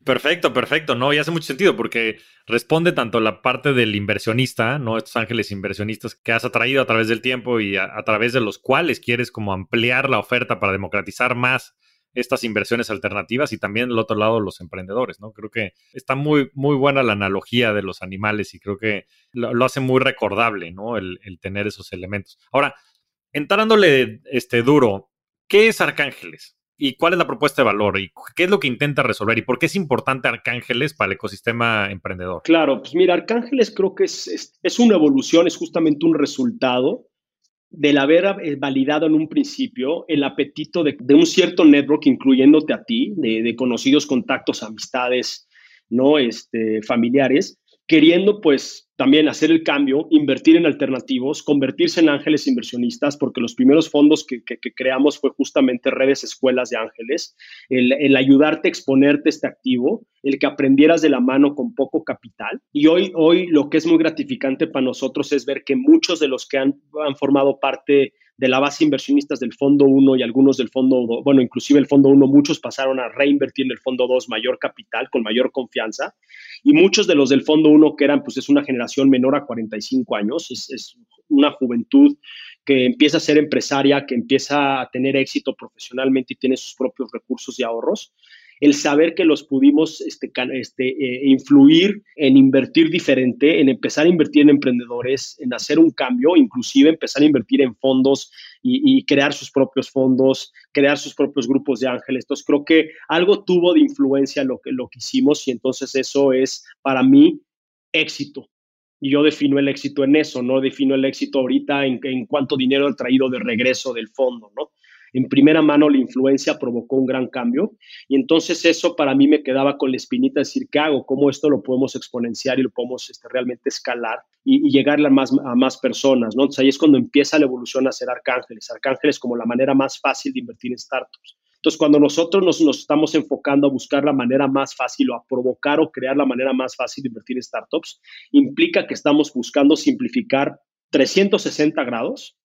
Perfecto, perfecto, ¿no? Y hace mucho sentido porque responde tanto la parte del inversionista, ¿no? Estos ángeles inversionistas que has atraído a través del tiempo y a, a través de los cuales quieres como ampliar la oferta para democratizar más estas inversiones alternativas, y también del otro lado los emprendedores, ¿no? Creo que está muy, muy buena la analogía de los animales y creo que lo, lo hace muy recordable, ¿no? El, el tener esos elementos. Ahora, entrándole este, duro, ¿qué es Arcángeles? ¿Y cuál es la propuesta de valor? ¿Y qué es lo que intenta resolver? ¿Y por qué es importante Arcángeles para el ecosistema emprendedor? Claro, pues mira, Arcángeles creo que es, es, es una evolución, es justamente un resultado del haber eh, validado en un principio el apetito de, de un cierto network, incluyéndote a ti, de, de conocidos, contactos, amistades, ¿no? Este, familiares, queriendo pues también hacer el cambio, invertir en alternativos, convertirse en ángeles inversionistas, porque los primeros fondos que, que, que creamos fue justamente redes escuelas de ángeles, el, el ayudarte a exponerte este activo, el que aprendieras de la mano con poco capital. Y hoy, hoy lo que es muy gratificante para nosotros es ver que muchos de los que han, han formado parte de la base inversionistas del Fondo uno y algunos del Fondo dos, bueno, inclusive el Fondo uno, muchos pasaron a reinvertir en el Fondo dos mayor capital, con mayor confianza, y muchos de los del Fondo uno, que eran, pues es una generación menor a cuarenta y cinco años, es, es una juventud que empieza a ser empresaria, que empieza a tener éxito profesionalmente y tiene sus propios recursos y ahorros, el saber que los pudimos este, este, eh, influir en invertir diferente, en empezar a invertir en emprendedores, en hacer un cambio, inclusive empezar a invertir en fondos y, y crear sus propios fondos, crear sus propios grupos de ángeles. Entonces creo que algo tuvo de influencia lo que, lo que hicimos, y entonces eso es para mí éxito. Y yo defino el éxito en eso, no defino el éxito ahorita en, en cuánto dinero he traído de regreso del fondo, ¿no? En primera mano la influencia provocó un gran cambio, y entonces eso para mí me quedaba con la espinita de decir, ¿qué hago? ¿Cómo esto lo podemos exponenciar y lo podemos este, realmente escalar y, y llegarle a más, a más personas, ¿no? Entonces ahí es cuando empieza la evolución a ser Arcángeles. Arcángeles como la manera más fácil de invertir en startups. Entonces, cuando nosotros nos, nos estamos enfocando a buscar la manera más fácil o a provocar o crear la manera más fácil de invertir en startups, implica que estamos buscando simplificar trescientos sesenta grados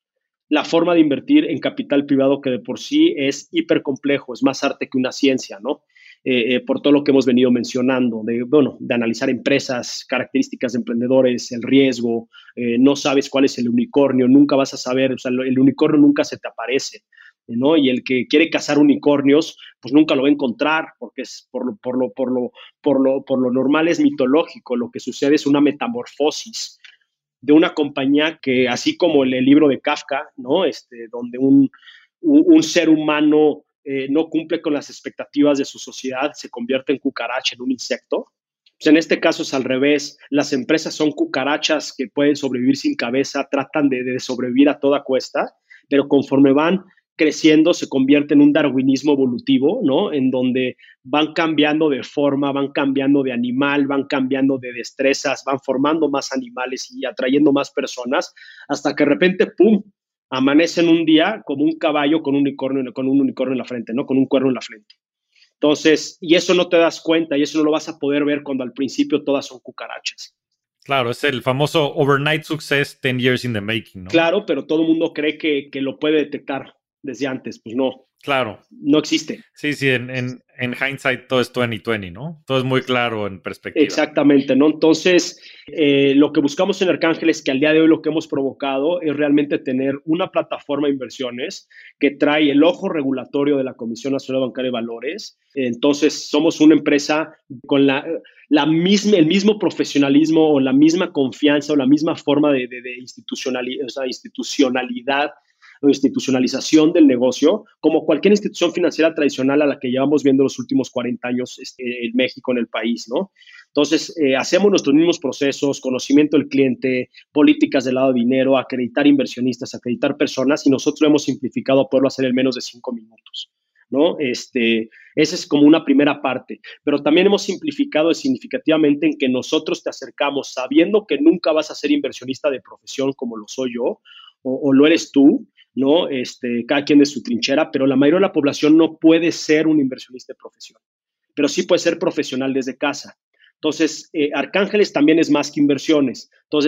la forma de invertir en capital privado, que de por sí es hiper complejo, es más arte que una ciencia, ¿no? Eh, eh, por todo lo que hemos venido mencionando, de, bueno, de analizar empresas, características de emprendedores, el riesgo, eh, no sabes cuál es el unicornio, nunca vas a saber, o sea, el unicornio nunca se te aparece, ¿no? Y el que quiere cazar unicornios, pues nunca lo va a encontrar, porque es por lo, por lo, por lo, por lo, por lo normal es mitológico. Lo que sucede es una metamorfosis de una compañía que, así como el, el libro de Kafka, ¿no? Este, donde un, un, un ser humano eh, no cumple con las expectativas de su sociedad, se convierte en cucaracha, en un insecto. Pues en este caso es al revés. Las empresas son cucarachas que pueden sobrevivir sin cabeza, tratan de, de sobrevivir a toda cuesta, pero conforme van creciendo se convierte en un darwinismo evolutivo, ¿no? En donde van cambiando de forma, van cambiando de animal, van cambiando de destrezas, van formando más animales y atrayendo más personas, hasta que de repente, ¡pum!, amanecen un día como un caballo con un unicornio, con un unicornio en la frente, ¿no? Con un cuerno en la frente. Entonces, y eso no te das cuenta, y eso no lo vas a poder ver cuando al principio todas son cucarachas. Claro, es el famoso overnight success, ten years in the making, ¿no? Claro, pero todo el mundo cree que, que lo puede detectar desde antes. Pues no. Claro. No existe. Sí, sí, en, en, en hindsight todo es veinte veinte, ¿no? Todo es muy claro en perspectiva. Exactamente, ¿no? Entonces, eh, lo que buscamos en Arcángel es que al día de hoy lo que hemos provocado es realmente tener una plataforma de inversiones que trae el ojo regulatorio de la Comisión Nacional Bancaria de Valores. Entonces, somos una empresa con la, la misma, el mismo profesionalismo o la misma confianza o la misma forma de, de, de institucionalidad, o sea, institucionalidad o institucionalización del negocio, como cualquier institución financiera tradicional a la que llevamos viendo los últimos cuarenta años este, en México, en el país, ¿no? Entonces, eh, hacemos nuestros mismos procesos, conocimiento del cliente, políticas del lado de dinero, acreditar inversionistas, acreditar personas, y nosotros lo hemos simplificado a poderlo hacer en menos de cinco minutos, ¿no? Este, esa es como una primera parte, pero también hemos simplificado significativamente en que nosotros te acercamos sabiendo que nunca vas a ser inversionista de profesión como lo soy yo, o, o lo eres tú, ¿no? Este, cada quien de su trinchera, pero la mayoría de la población no puede ser un inversionista de profesión, pero sí puede ser profesional desde casa. Entonces, eh, Arcángeles también es más que inversiones. Entonces,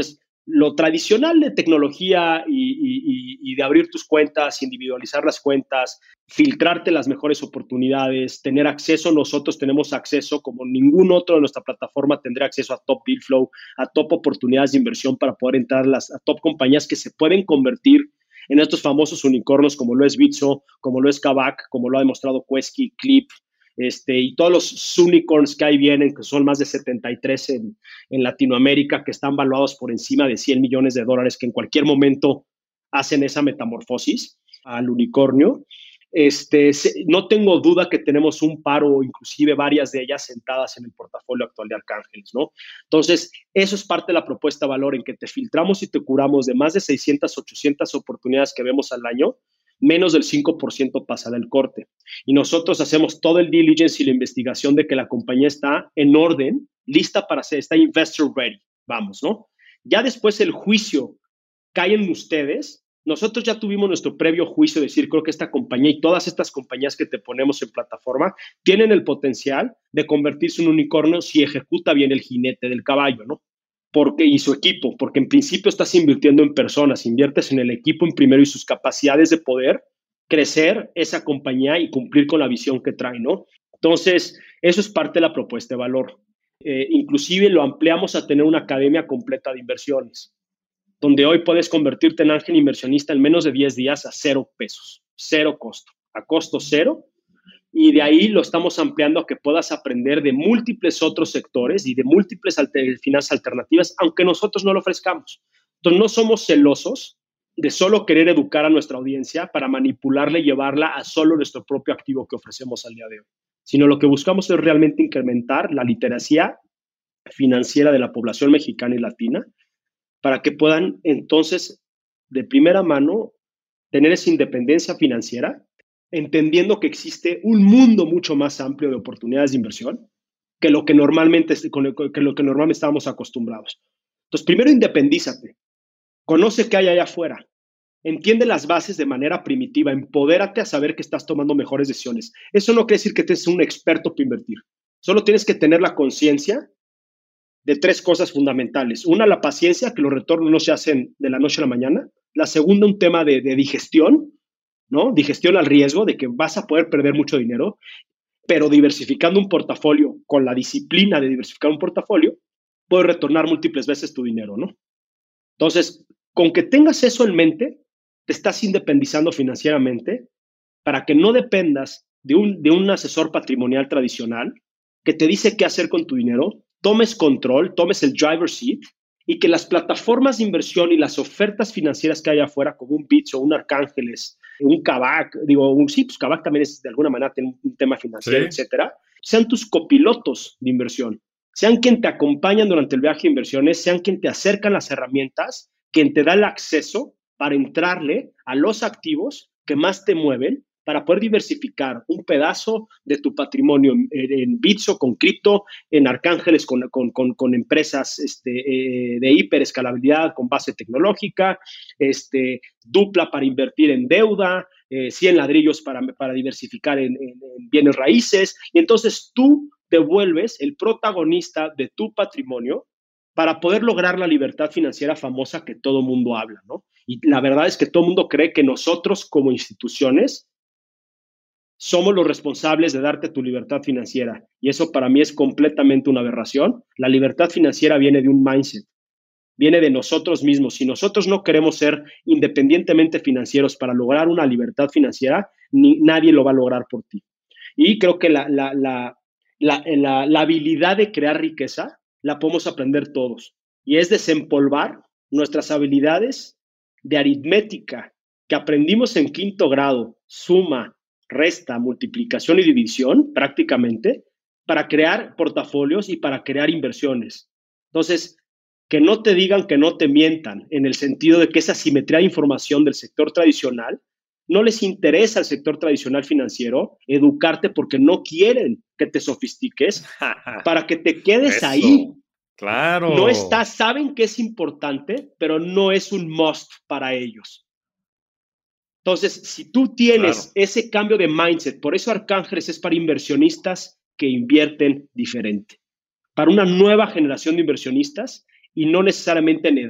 lo tradicional de tecnología y, y, y de abrir tus cuentas, individualizar las cuentas, filtrarte las mejores oportunidades, tener acceso, nosotros tenemos acceso como ningún otro de nuestra plataforma tendrá acceso a top deal flow, a top oportunidades de inversión para poder entrar a, las, a top compañías que se pueden convertir en estos famosos unicornios como lo es Bitso, como lo es Kavak, como lo ha demostrado Quesky, Clip, Este, y todos los unicorns que ahí vienen, que son más de setenta y tres en, en Latinoamérica, que están valuados por encima de cien millones de dólares, que en cualquier momento hacen esa metamorfosis al unicornio. Este, se, no tengo duda que tenemos un par o inclusive varias de ellas sentadas en el portafolio actual de Arcángeles, ¿no? Entonces, eso es parte de la propuesta de valor, en que te filtramos y te curamos de más de seiscientas, ochocientas oportunidades que vemos al año, menos del cinco por ciento pasa del corte. Y nosotros hacemos todo el diligence y la investigación de que la compañía está en orden, lista para ser, está investor ready, vamos, ¿no? Ya después el juicio cae en ustedes. Nosotros ya tuvimos nuestro previo juicio de decir, creo que esta compañía y todas estas compañías que te ponemos en plataforma tienen el potencial de convertirse en un unicornio si ejecuta bien el jinete del caballo, ¿no? Porque, y su equipo, porque en principio estás invirtiendo en personas, inviertes en el equipo en primero y sus capacidades de poder crecer esa compañía y cumplir con la visión que trae, ¿no? Entonces, eso es parte de la propuesta de valor. Eh, inclusive lo ampliamos a tener una academia completa de inversiones, donde hoy puedes convertirte en ángel inversionista en menos de diez días a cero pesos, cero costo, a costo cero. Y de ahí lo estamos ampliando a que puedas aprender de múltiples otros sectores y de múltiples alter- finanzas alternativas, aunque nosotros no lo ofrezcamos. Entonces, no somos celosos de solo querer educar a nuestra audiencia para manipularla y llevarla a solo nuestro propio activo que ofrecemos al día de hoy, sino lo que buscamos es realmente incrementar la literacia financiera de la población mexicana y latina para que puedan entonces, de primera mano, tener esa independencia financiera, entendiendo que existe un mundo mucho más amplio de oportunidades de inversión que lo que normalmente, que lo que normalmente estábamos acostumbrados. Entonces, primero independízate, conoce qué hay allá afuera, entiende las bases de manera primitiva, empodérate a saber que estás tomando mejores decisiones. Eso no quiere decir que eres un experto para invertir, solo tienes que tener la conciencia de tres cosas fundamentales. Una, la paciencia, que los retornos no se hacen de la noche a la mañana. La segunda, un tema de, de digestión, ¿no? Digestión al riesgo de que vas a poder perder mucho dinero, pero diversificando un portafolio, con la disciplina de diversificar un portafolio, puedes retornar múltiples veces tu dinero, ¿no? Entonces, con que tengas eso en mente, te estás independizando financieramente para que no dependas de un, de un asesor patrimonial tradicional que te dice qué hacer con tu dinero, tomes control, tomes el driver's seat y que las plataformas de inversión y las ofertas financieras que hay afuera, como un Bitso, un Arcángeles, un Kavak, digo, un sí, pues Kavak también es de alguna manera tiene un tema financiero, sí, etcétera, sean tus copilotos de inversión, sean quien te acompañan durante el viaje de inversiones, sean quien te acercan las herramientas, quien te da el acceso para entrarle a los activos que más te mueven, para poder diversificar un pedazo de tu patrimonio en, en Bitso con cripto, en Arcángeles con, con, con, con empresas este, eh, de hiperescalabilidad con base tecnológica, este, dupla para invertir en deuda, eh, cien ladrillos para, para diversificar en, en, en bienes raíces. Y entonces tú te vuelves el protagonista de tu patrimonio para poder lograr la libertad financiera famosa que todo mundo habla, ¿no? Y la verdad es que todo el mundo cree que nosotros como instituciones somos los responsables de darte tu libertad financiera. Y eso para mí es completamente una aberración. La libertad financiera viene de un mindset, viene de nosotros mismos. Si nosotros no queremos ser independientemente financieros para lograr una libertad financiera, ni, nadie lo va a lograr por ti. Y creo que la, la, la, la, la, la habilidad de crear riqueza la podemos aprender todos. Y es desempolvar nuestras habilidades de aritmética que aprendimos en quinto grado, suma, resta, multiplicación y división prácticamente, para crear portafolios y para crear inversiones. Entonces, que no te digan, que no te mientan, en el sentido de que esa asimetría de información del sector tradicional no les interesa al sector tradicional financiero educarte porque no quieren que te sofistiques para que te quedes Eso, ahí. Claro. No está, saben que es importante, pero no es un must para ellos. Entonces, si tú tienes claro. ese cambio de mindset, por eso Arcángeles es para inversionistas que invierten diferente, para una nueva generación de inversionistas y no necesariamente en edad.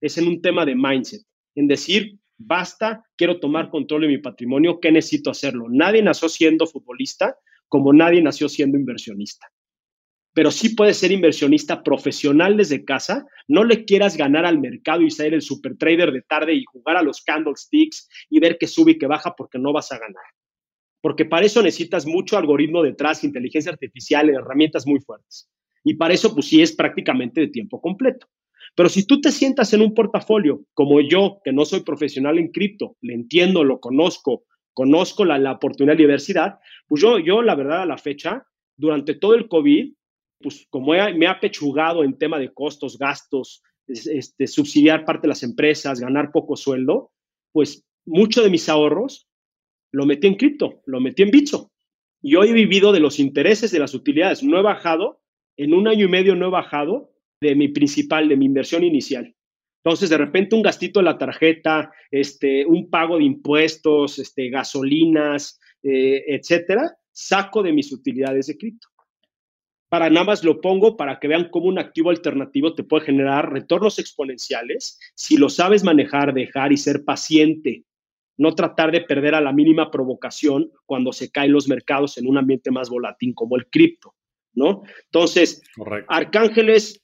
es en un tema de mindset, en decir, basta, quiero tomar control de mi patrimonio, ¿qué necesito hacerlo? Nadie nació siendo futbolista como nadie nació siendo inversionista. Pero sí puedes ser inversionista profesional desde casa. No le quieras ganar al mercado y ser el super trader de tarde y jugar a los candlesticks y ver que sube y que baja, porque no vas a ganar. Porque para eso necesitas mucho algoritmo detrás, inteligencia artificial, herramientas muy fuertes. Y para eso, pues sí, es prácticamente de tiempo completo. Pero si tú te sientas en un portafolio, como yo, que no soy profesional en cripto, le entiendo, lo conozco, conozco la, la oportunidad de diversidad, pues yo, yo, la verdad, a la fecha, durante todo el COVID, pues como he, me ha pechugado en tema de costos, gastos, este, subsidiar parte de las empresas, ganar poco sueldo, pues mucho de mis ahorros lo metí en cripto, lo metí en Bitso. Y hoy he vivido de los intereses de las utilidades. No he bajado, en un año y medio no he bajado de mi principal, de mi inversión inicial. Entonces, de repente, un gastito de la tarjeta, este, un pago de impuestos, este, gasolinas, eh, etcétera, saco de mis utilidades de cripto. Para nada más lo pongo para que vean cómo un activo alternativo te puede generar retornos exponenciales si lo sabes manejar, dejar y ser paciente. No tratar de perder a la mínima provocación cuando se caen los mercados en un ambiente más volátil como el cripto, ¿no? Entonces, correcto. Arcángeles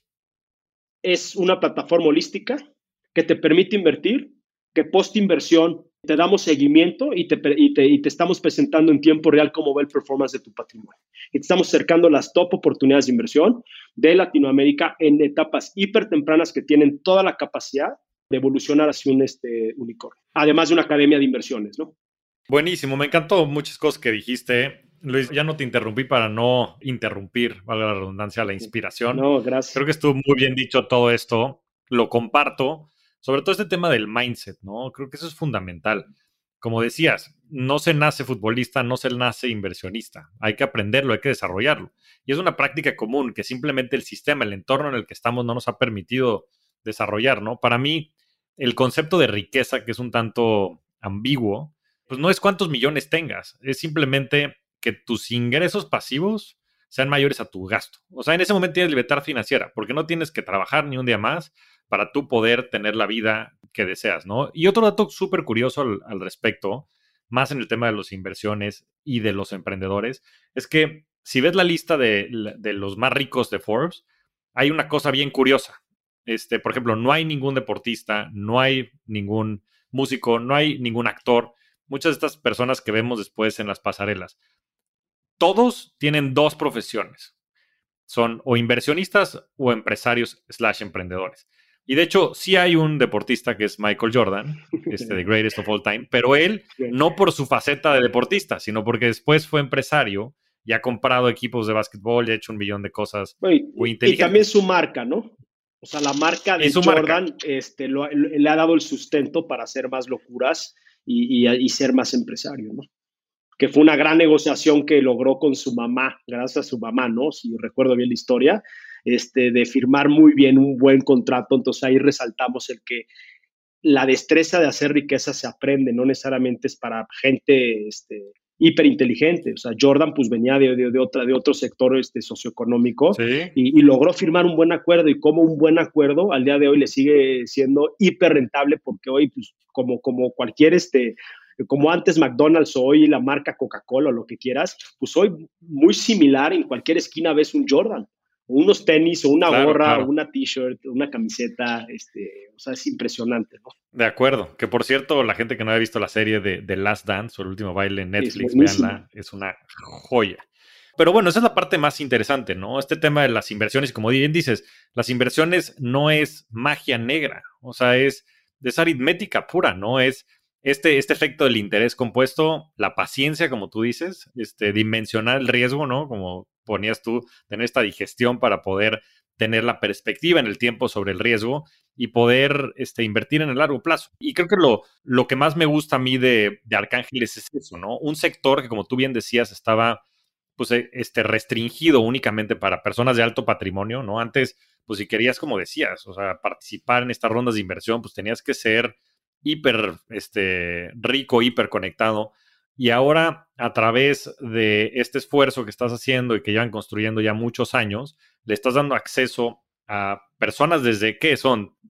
es una plataforma holística que te permite invertir, que post inversión te damos seguimiento y te, y, te, y te estamos presentando en tiempo real cómo va el performance de tu patrimonio. Y te estamos acercando las top oportunidades de inversión de Latinoamérica en etapas hiper tempranas que tienen toda la capacidad de evolucionar hacia un este, unicornio. Además de una academia de inversiones, ¿no? Buenísimo, me encantó muchas cosas que dijiste. Luis, ya no te interrumpí para no interrumpir, valga la redundancia, la inspiración. No, gracias. Creo que estuvo muy bien dicho todo esto. Lo comparto. Sobre todo este tema del mindset, ¿no? Creo que eso es fundamental. Como decías, no se nace futbolista, no se nace inversionista. Hay que aprenderlo, hay que desarrollarlo. Y es una práctica común que simplemente el sistema, el entorno en el que estamos no nos ha permitido desarrollar, ¿no? Para mí, el concepto de riqueza, que es un tanto ambiguo, pues no es cuántos millones tengas, es simplemente que tus ingresos pasivos sean mayores a tu gasto. O sea, en ese momento tienes libertad financiera, porque no tienes que trabajar ni un día más para tú poder tener la vida que deseas, ¿no? Y otro dato súper curioso al, al respecto, más en el tema de las inversiones y de los emprendedores, es que si ves la lista de, de los más ricos de Forbes, hay una cosa bien curiosa. Este, por ejemplo, no hay ningún deportista, no hay ningún músico, no hay ningún actor. Muchas de estas personas que vemos después en las pasarelas, todos tienen dos profesiones. Son o inversionistas o empresarios slash emprendedores. Y de hecho, sí hay un deportista que es Michael Jordan, este, the greatest of all time, pero él no por su faceta de deportista, sino porque después fue empresario y ha comprado equipos de básquetbol y ha hecho un millón de cosas y, muy inteligentes. Y también su marca, ¿no? O sea, la marca de Jordan marca. Este, lo, le ha dado el sustento para hacer más locuras y, y, y ser más empresario, ¿no? Que fue una gran negociación que logró con su mamá, gracias a su mamá, ¿no? Si recuerdo bien la historia, este, de firmar muy bien un buen contrato. Entonces ahí resaltamos el que la destreza de hacer riqueza se aprende, no necesariamente es para gente este, hiperinteligente. O sea, Jordan pues venía de, de, de, otra, de otro sector este, socioeconómico ¿sí? y, y logró firmar un buen acuerdo, y como un buen acuerdo al día de hoy le sigue siendo hiper rentable, porque hoy pues como, como cualquier este como antes McDonald's o hoy la marca Coca-Cola o lo que quieras, pues hoy muy similar, en cualquier esquina ves un Jordan, o unos tenis, o una claro, gorra, claro. o una t-shirt, una camiseta, este, o sea, es impresionante, ¿no? De acuerdo, que por cierto, la gente que no haya visto la serie de, de Last Dance o El Último Baile en Netflix, véanla, es una joya. Pero bueno, esa es la parte más interesante, ¿no? Este tema de las inversiones, como bien dices, las inversiones no es magia negra, o sea, es, es aritmética pura, ¿no? Es Este, este efecto del interés compuesto, la paciencia, como tú dices, este, dimensionar el riesgo, ¿no? Como ponías tú, tener esta digestión para poder tener la perspectiva en el tiempo sobre el riesgo y poder este, invertir en el largo plazo. Y creo que lo, lo que más me gusta a mí de, de Arcángeles es eso, ¿no? Un sector que, como tú bien decías, estaba pues, este, restringido únicamente para personas de alto patrimonio, ¿no? Antes, pues si querías, como decías, o sea, participar en estas rondas de inversión, pues tenías que ser hiper este, rico, hiper conectado. Y ahora, a través de este esfuerzo que estás haciendo y que llevan construyendo ya muchos años, le estás dando acceso a personas desde, ¿qué son?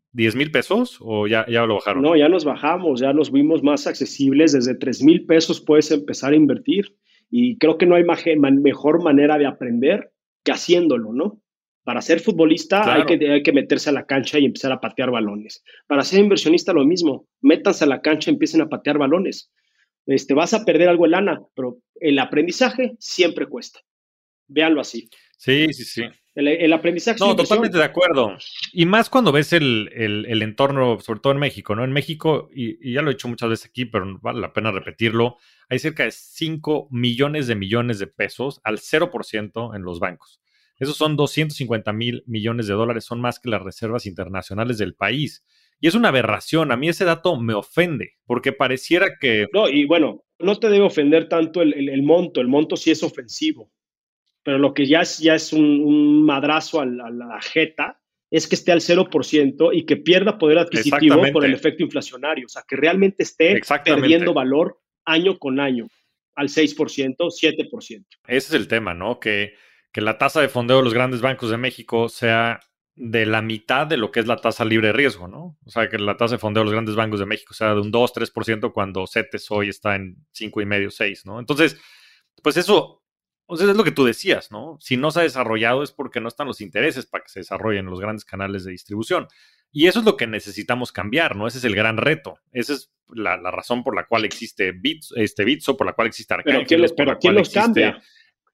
diez mil pesos o ya, ya lo bajaron? No, ya nos bajamos, ya nos vimos más accesibles. Desde tres mil pesos puedes empezar a invertir. Y creo que no hay maje- man- mejor manera de aprender que haciéndolo, ¿no? Para ser futbolista hay que, Claro. hay que meterse a la cancha y empezar a patear balones. Para ser inversionista lo mismo, métanse a la cancha y empiecen a patear balones. Este, vas a perder algo de lana, pero el aprendizaje siempre cuesta. Véanlo así. Sí, sí, sí. El, el aprendizaje es una No, inversión. totalmente de acuerdo. Y más cuando ves el, el, el entorno, sobre todo en México, ¿no? En México, y, y ya lo he dicho muchas veces aquí, pero vale la pena repetirlo, hay cerca de cinco millones de millones de pesos al cero por ciento en los bancos. Esos son doscientos cincuenta mil millones de dólares, son más que las reservas internacionales del país. Y es una aberración. A mí ese dato me ofende, porque pareciera que... No, y bueno, no te debe ofender tanto el, el, el monto. El monto sí es ofensivo. Pero lo que ya es, ya es un, un madrazo a la, a la jeta es que esté al cero por ciento y que pierda poder adquisitivo por el Exactamente, efecto inflacionario. O sea, que realmente esté perdiendo exactamente. valor año con año al seis por ciento, siete por ciento. Ese es el tema, ¿no? Que, que la tasa de fondeo de los grandes bancos de México sea de la mitad de lo que es la tasa libre de riesgo, ¿no? O sea, que la tasa de fondeo de los grandes bancos de México sea de un dos, tres por ciento cuando CETES hoy está en cinco y medio, seis, ¿no? Entonces, pues eso, o sea, es lo que tú decías, ¿no? Si no se ha desarrollado es porque no están los intereses para que se desarrollen los grandes canales de distribución. Y eso es lo que necesitamos cambiar, ¿no? Ese es el gran reto. Esa es la, la razón por la cual existe Bits, este Bitso, por la cual existe Pero ¿quién, Arcángeles, por pero la ¿quién cual los existe... cambia?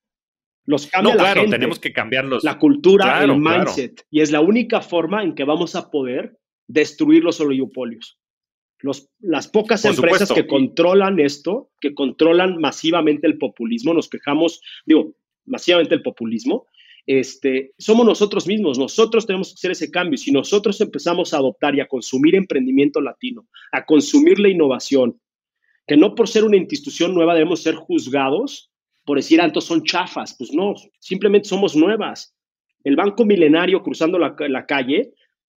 Los cambia No, la claro, tenemos gente, que cambiarlos. la cultura, el Claro, claro. mindset. Y es la única forma en que vamos a poder destruir los oligopolios. Los, las pocas Por empresas supuesto. que controlan esto, que controlan masivamente el populismo, nos quejamos, digo, masivamente el populismo, este, somos nosotros mismos. Nosotros tenemos que hacer ese cambio. Si nosotros empezamos a adoptar y a consumir emprendimiento latino, a consumir la innovación, que no por ser una institución nueva debemos ser juzgados por decir, ah, entonces son chafas. Pues no, simplemente somos nuevas. El Banco Milenario cruzando la, la calle,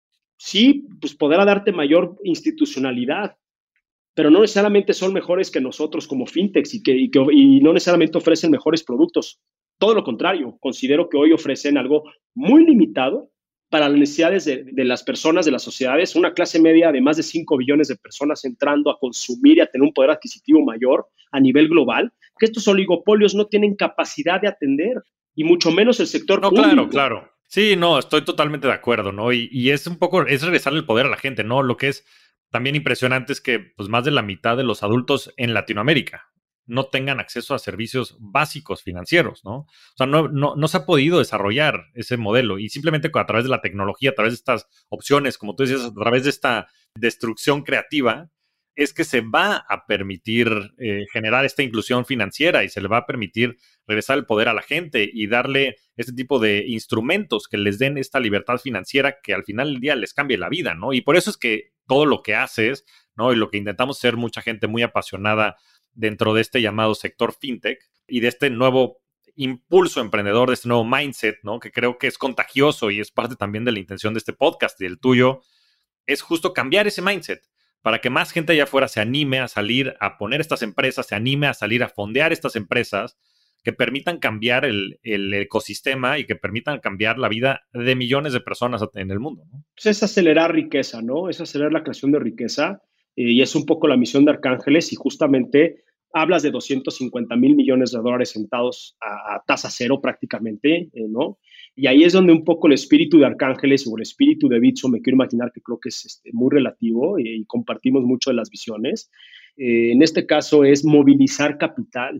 sí, pues podrá darte mayor institucionalidad, pero no necesariamente son mejores que nosotros como fintechs y, que, y, que, y no necesariamente ofrecen mejores productos. Todo lo contrario, considero que hoy ofrecen algo muy limitado para las necesidades de, de las personas, de las sociedades, una clase media de más de cinco billones de personas entrando a consumir y a tener un poder adquisitivo mayor a nivel global, que estos oligopolios no tienen capacidad de atender, y mucho menos el sector No, público. claro, claro. Sí, no, estoy totalmente de acuerdo, ¿no? Y, y es un poco, es regresarle el poder a la gente, ¿no? Lo que es también impresionante es que pues más de la mitad de los adultos en Latinoamérica no tengan acceso a servicios básicos financieros, ¿no? O sea, no, no, no se ha podido desarrollar ese modelo y simplemente a través de la tecnología, a través de estas opciones, como tú decías, a través de esta destrucción creativa, es que se va a permitir eh, generar esta inclusión financiera y se le va a permitir regresar el poder a la gente y darle este tipo de instrumentos que les den esta libertad financiera que al final del día les cambie la vida, ¿no? Y por eso es que todo lo que haces, ¿no? Y lo que intentamos ser mucha gente muy apasionada dentro de este llamado sector fintech y de este nuevo impulso emprendedor, de este nuevo mindset, ¿no? Que creo que es contagioso y es parte también de la intención de este podcast y del tuyo, es justo cambiar ese mindset para que más gente allá afuera se anime a salir a poner estas empresas, se anime a salir a fondear estas empresas que permitan cambiar el, el ecosistema y que permitan cambiar la vida de millones de personas en el mundo, ¿no? Pues es acelerar riqueza, ¿no? Es acelerar la creación de riqueza eh, y es un poco la misión de Arcángeles y justamente hablas de doscientos cincuenta mil millones de dólares sentados a, a tasa cero prácticamente, eh, ¿no? Y ahí es donde un poco el espíritu de Arcángeles o el espíritu de Bitso, me quiero imaginar que creo que es este, muy relativo y, y compartimos mucho de las visiones. Eh, en este caso es movilizar capital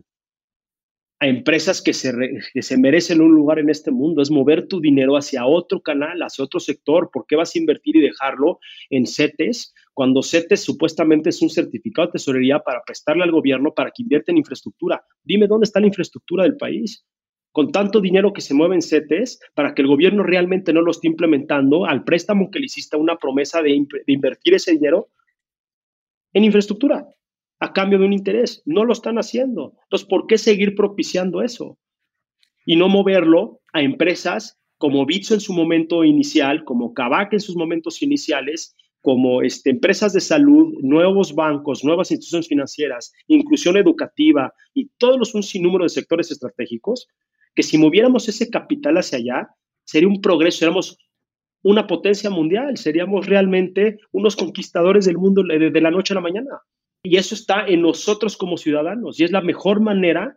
a empresas que se, re, que se merecen un lugar en este mundo, es mover tu dinero hacia otro canal, hacia otro sector. ¿Por qué vas a invertir y dejarlo en CETES cuando CETES supuestamente es un certificado de tesorería para prestarle al gobierno para que invierta en infraestructura? Dime dónde está la infraestructura del país. Con tanto dinero que se mueve en CETES, para que el gobierno realmente no lo esté implementando, al préstamo que le hiciste una promesa de, de invertir ese dinero en infraestructura a cambio de un interés. No lo están haciendo. Entonces, ¿por qué seguir propiciando eso? Y no moverlo a empresas como Bitso en su momento inicial, como Kavak en sus momentos iniciales, como este, empresas de salud, nuevos bancos, nuevas instituciones financieras, inclusión educativa y todos los un sinnúmero de sectores estratégicos, que si moviéramos ese capital hacia allá, sería un progreso, seríamos una potencia mundial, seríamos realmente unos conquistadores del mundo de, de la noche a la mañana. Y eso está en nosotros como ciudadanos, y es la mejor manera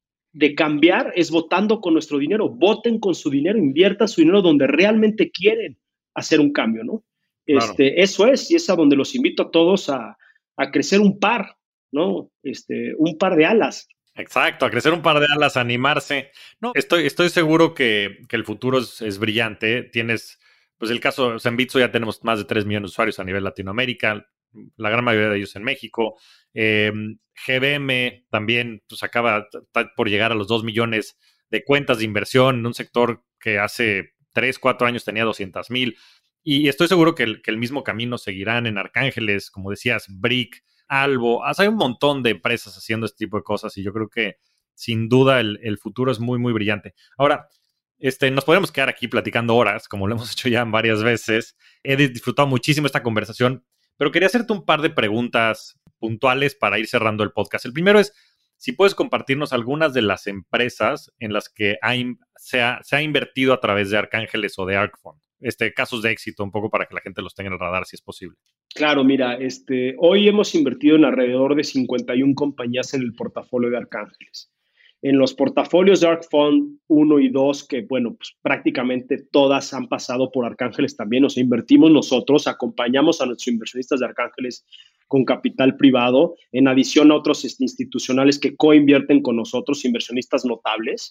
de cambiar, es votando con nuestro dinero. Voten con su dinero, inviertan su dinero donde realmente quieren hacer un cambio, ¿no? Claro. Este, eso es, y es a donde los invito a todos a, a crecer un par, ¿no? Este, un par de alas. Exacto, a crecer un par de alas, a animarse. No, estoy, estoy seguro que, que el futuro es, es brillante. Tienes, pues el caso, o sea, en Bitso ya tenemos más de tres millones de usuarios a nivel Latinoamérica, la gran mayoría de ellos en México. Eh, G B M también pues acaba t- por llegar a los dos millones de cuentas de inversión en un sector que hace tres, cuatro años tenía doscientos mil. Y estoy seguro que el, que el mismo camino seguirán en Arcángeles, como decías, Brick, Albo. O sea, hay un montón de empresas haciendo este tipo de cosas y yo creo que sin duda el, el futuro es muy, muy brillante. Ahora, este, nos podemos quedar aquí platicando horas, como lo hemos hecho ya varias veces. He disfrutado muchísimo esta conversación, pero quería hacerte un par de preguntas puntuales para ir cerrando el podcast. El primero es, si puedes compartirnos algunas de las empresas en las que ha, se, ha, se ha invertido a través de Arcángeles o de ArcFund. Este, casos de éxito, un poco para que la gente los tenga en el radar, si es posible. Claro, mira, este, hoy hemos invertido en alrededor de cincuenta y una compañías en el portafolio de Arcángeles. En los portafolios de ArcFund uno y dos, que bueno, pues prácticamente todas han pasado por Arcángeles también, o sea, invertimos nosotros, acompañamos a nuestros inversionistas de Arcángeles con capital privado, en adición a otros institucionales que coinvierten con nosotros, inversionistas notables.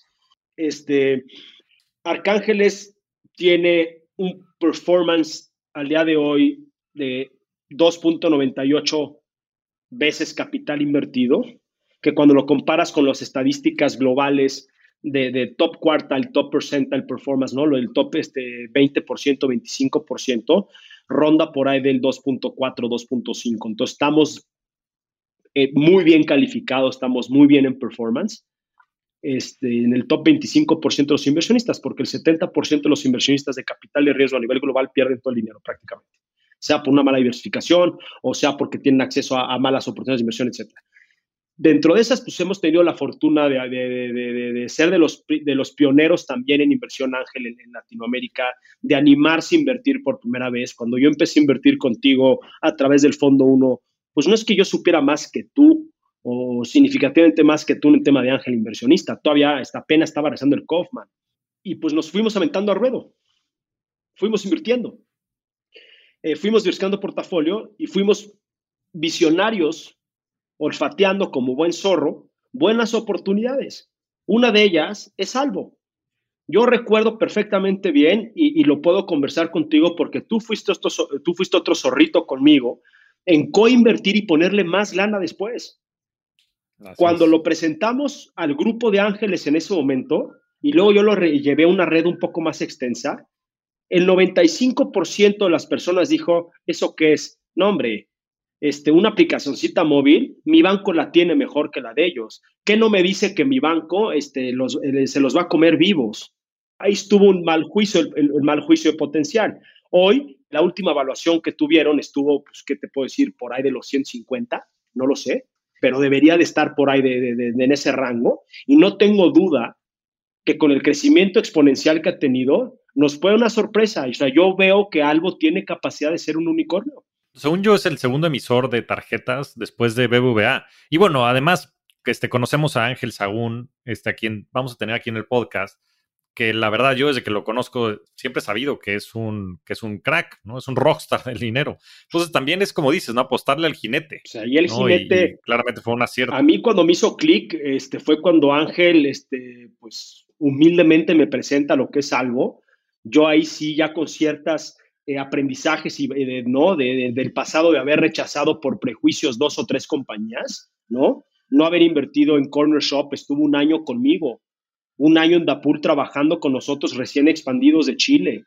Este, Arcángeles tiene un performance al día de hoy de dos punto noventa y ocho veces capital invertido, que cuando lo comparas con las estadísticas globales de, de top quartile, top percentile performance, ¿no? Lo del top este, veinte por ciento, veinticinco por ciento, ronda por ahí del dos punto cuatro, dos punto cinco. Entonces estamos eh, muy bien calificados, estamos muy bien en performance. Este, en el top veinticinco por ciento de los inversionistas, porque el setenta por ciento de los inversionistas de capital de riesgo a nivel global pierden todo el dinero prácticamente, sea por una mala diversificación o sea porque tienen acceso a, a malas oportunidades de inversión, etcétera. Dentro de esas, pues hemos tenido la fortuna de, de, de, de, de ser de los, de los pioneros también en inversión ángel en, en Latinoamérica, de animarse a invertir por primera vez. Cuando yo empecé a invertir contigo a través del Fondo uno, pues no es que yo supiera más que tú, o significativamente más que tú en el tema de ángel inversionista. Todavía esta apenas estaba rezando el Kaufman. Y pues nos fuimos aventando a ruedo. Fuimos invirtiendo. Eh, fuimos diversificando portafolio y fuimos visionarios, olfateando como buen zorro, buenas oportunidades. Una de ellas es Albo. Yo recuerdo perfectamente bien y, y lo puedo conversar contigo porque tú fuiste, otro, tú fuiste otro zorrito conmigo en coinvertir y ponerle más lana después. Así Cuando es. Lo presentamos al grupo de ángeles en ese momento, y luego yo lo re- llevé a una red un poco más extensa, el noventa y cinco por ciento de las personas dijo, ¿eso qué es? No, hombre, este, una aplicacioncita móvil, mi banco la tiene mejor que la de ellos. ¿Qué no me dice que mi banco este, los, eh, se los va a comer vivos? Ahí estuvo un mal juicio, el, el, el mal juicio de potencial. Hoy, la última evaluación que tuvieron estuvo, pues, ¿qué te puedo decir? Por ahí de los ciento cincuenta, no lo sé, pero debería de estar por ahí de, de, de, de en ese rango. Y no tengo duda que con el crecimiento exponencial que ha tenido, nos fue una sorpresa. O sea, yo veo que Albo tiene capacidad de ser un unicornio. Según yo, es el segundo emisor de tarjetas después de B B V A. Y bueno, además, este, conocemos a Ángel Sagún, este, a quien vamos a tener aquí en el podcast, que la verdad yo desde que lo conozco siempre he sabido que es un, que es un crack, ¿no? Es un rockstar del dinero. Entonces también es como dices, ¿no? Apostarle al jinete. O sea, y el ¿no? jinete... Y, y claramente fue un acierto. A mí cuando me hizo clic este, fue cuando Ángel, este, pues humildemente me presenta lo que es Albo. Yo ahí sí ya con ciertas eh, aprendizajes y, de, ¿no? De, de, del pasado de haber rechazado por prejuicios dos o tres compañías, ¿no? No haber invertido en Corner Shop, estuvo un año conmigo. Un año en Dapur trabajando con nosotros recién expandidos de Chile.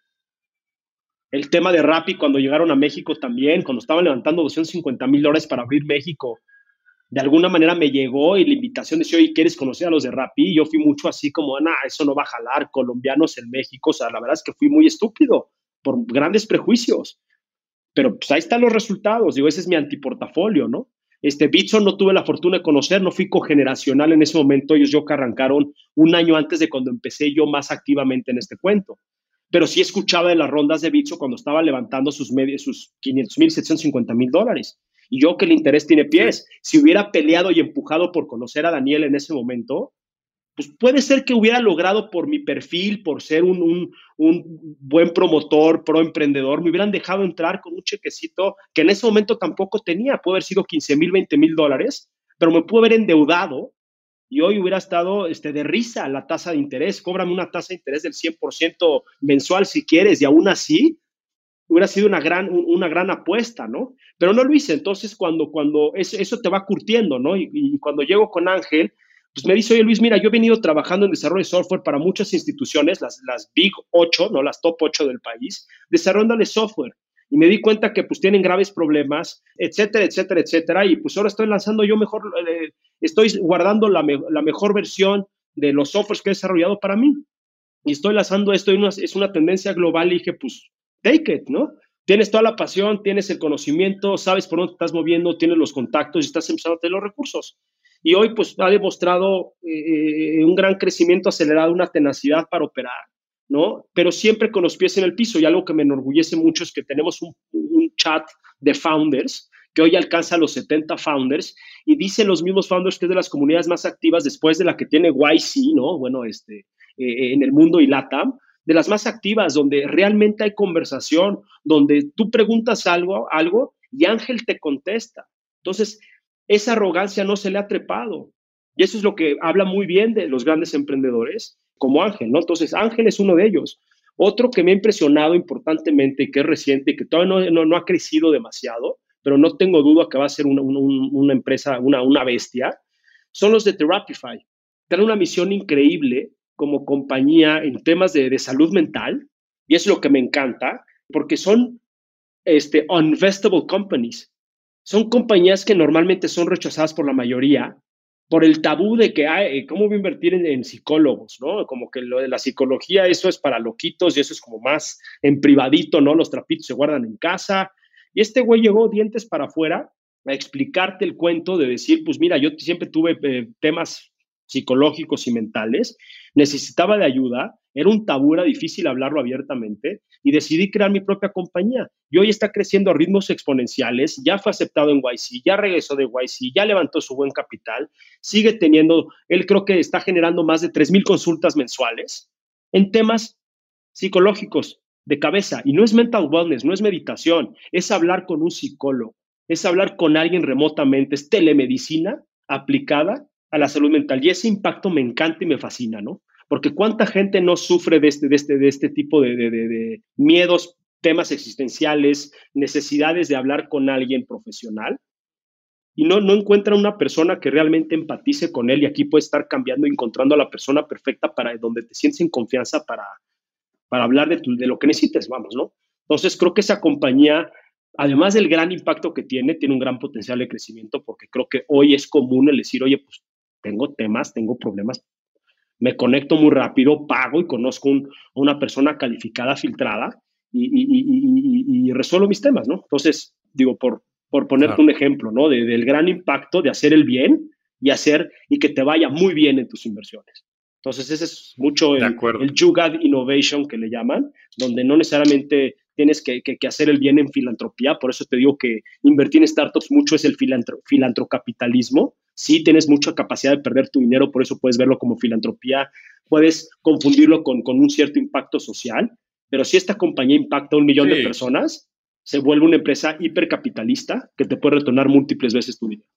El tema de Rappi cuando llegaron a México también, cuando estaban levantando doscientos cincuenta mil dólares para abrir México, de alguna manera me llegó y la invitación decía, oye, ¿quieres conocer a los de Rappi? Y yo fui mucho así como, nah, eso no va a jalar, colombianos en México. O sea, la verdad es que fui muy estúpido por grandes prejuicios. Pero pues ahí están los resultados. Digo, ese es mi antiportafolio, ¿no? Este, Bitson no tuve la fortuna de conocer, no fui cogeneracional en ese momento. Ellos yo que arrancaron un año antes de cuando empecé yo más activamente en este cuento. pero sí escuchaba de las rondas de Bitso cuando estaba levantando sus, medios, sus quinientos mil, setecientos cincuenta mil dólares. Y yo que el interés tiene pies. Sí. Si hubiera peleado y empujado por conocer a Daniel en ese momento, pues puede ser que hubiera logrado por mi perfil, por ser un, un, un buen promotor, pro emprendedor, me hubieran dejado entrar con un chequecito que en ese momento tampoco tenía. Puede haber sido quince mil, veinte mil dólares, pero me pudo haber endeudado y hoy hubiera estado este, de risa la tasa de interés. Cóbrame una tasa de interés del cien por ciento mensual si quieres, y aún así hubiera sido una gran, una gran apuesta, ¿no? Pero no lo hice. Entonces, cuando, cuando eso, eso te va curtiendo, ¿no? Y, y cuando llego con Ángel, pues me dice, oye Luis, mira, yo he venido trabajando en desarrollo de software para muchas instituciones, las, las Big ocho, ¿no? Las top ocho del país, desarrollando software. Y me di cuenta que pues tienen graves problemas, etcétera, etcétera, etcétera. Y pues ahora estoy lanzando yo mejor, eh, estoy guardando la, me, la mejor versión de los softwares que he desarrollado para mí. Y estoy lanzando esto, y una, es una tendencia global, y dije, pues, take it, ¿no? Tienes toda la pasión, tienes el conocimiento, sabes por dónde te estás moviendo, tienes los contactos y estás empezando a tener los recursos. Y hoy, pues, ha demostrado eh, un gran crecimiento acelerado, una tenacidad para operar, ¿no? Pero siempre con los pies en el piso. Y algo que me enorgullece mucho es que tenemos un, un chat de founders que hoy alcanza los setenta founders, y dicen los mismos founders que es de las comunidades más activas después de la que tiene Y C, ¿no? Bueno, este, eh, en el mundo y LATAM, de las más activas, donde realmente hay conversación, donde tú preguntas algo, algo y Ángel te contesta. Entonces, esa arrogancia no se le ha trepado. Y eso es lo que habla muy bien de los grandes emprendedores como Ángel, ¿no? Entonces, Ángel es uno de ellos. Otro que me ha impresionado importantemente y que es reciente y que todavía no, no, no ha crecido demasiado, pero no tengo duda que va a ser una, una, una empresa, una, una bestia, son los de Therapify. Tienen una misión increíble como compañía en temas de, de salud mental, y es lo que me encanta, porque son este, uninvestable companies. Son compañías que normalmente son rechazadas por la mayoría por el tabú de que, ay, ¿cómo voy a invertir en, en psicólogos? ¿No? Como que lo de la psicología, eso es para loquitos y eso es como más en privadito, ¿no? Los trapitos se guardan en casa. Y este güey llegó dientes para afuera a explicarte el cuento de decir, pues mira, yo siempre tuve eh, temas psicológicos y mentales, necesitaba de ayuda, era un tabú, era difícil hablarlo abiertamente, y decidí crear mi propia compañía. Y hoy está creciendo a ritmos exponenciales, ya fue aceptado en Y C, ya regresó de Y C, ya levantó su buen capital, sigue teniendo, él creo que está generando más de tres mil consultas mensuales en temas psicológicos de cabeza. Y no es mental wellness, no es meditación, es hablar con un psicólogo, es hablar con alguien remotamente, es telemedicina aplicada a la salud mental. Y ese impacto me encanta y me fascina, ¿no? Porque cuánta gente no sufre de este, de este, de este tipo de, de, de, de miedos, temas existenciales, necesidades de hablar con alguien profesional, y no, no encuentra una persona que realmente empatice con él, y aquí puede estar cambiando, encontrando a la persona perfecta para donde te sientes en confianza para, para hablar de, tu, de lo que necesites, vamos, ¿no? Entonces creo que esa compañía, además del gran impacto que tiene, tiene un gran potencial de crecimiento, porque creo que hoy es común el decir, oye, pues tengo temas, tengo problemas, me conecto muy rápido, pago y conozco un, a una persona calificada, filtrada, y, y, y, y, y resuelvo mis temas, ¿no? Entonces, digo, por, por ponerte claro. un ejemplo, ¿no? De, del gran impacto de hacer el bien y hacer y que te vaya muy bien en tus inversiones. Entonces, ese es mucho el, el Jugad Innovation que le llaman, donde no necesariamente tienes que, que, que hacer el bien en filantropía. Por eso te digo que invertir en startups mucho es el filantro, filantrocapitalismo. Sí, tienes mucha capacidad de perder tu dinero, por eso puedes verlo como filantropía. Puedes confundirlo con, con un cierto impacto social, pero si esta compañía impacta a un millón sí. de personas, se vuelve una empresa hipercapitalista que te puede retornar múltiples veces tu dinero.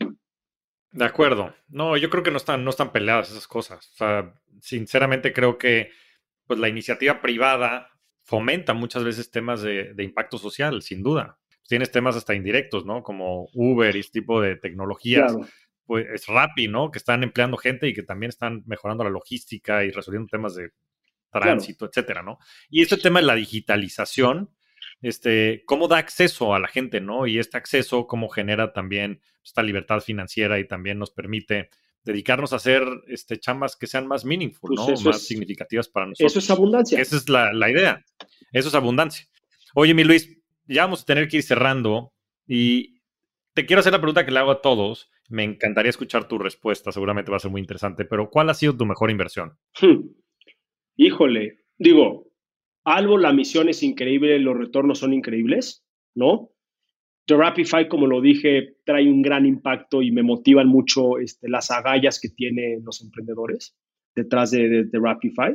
De acuerdo. No, yo creo que no están, no están peleadas esas cosas. O sea, sinceramente creo que pues, la iniciativa privada fomenta muchas veces temas de, de impacto social, sin duda. Tienes temas hasta indirectos, ¿no? Como Uber y este tipo de tecnologías. Claro. Pues es Rappi, ¿no? Que están empleando gente y que también están mejorando la logística y resolviendo temas de tránsito, claro. etcétera, ¿no? Y este tema de la digitalización, este, cómo da acceso a la gente, ¿no? Y este acceso, cómo genera también esta libertad financiera y también nos permite dedicarnos a hacer este, chambas que sean más meaningful, pues ¿no? Más es, significativas para nosotros. Eso es abundancia. Esa es la, la idea. Eso es abundancia. Oye, mi Luis, ya vamos a tener que ir cerrando y te quiero hacer la pregunta que le hago a todos. Me encantaría escuchar tu respuesta, seguramente va a ser muy interesante, pero ¿cuál ha sido tu mejor inversión? Hmm. Híjole, digo, Algo, la misión es increíble, los retornos son increíbles, ¿no? The Rapify, como lo dije, trae un gran impacto y me motivan mucho este, las agallas que tienen los emprendedores detrás de, de, de Rapify.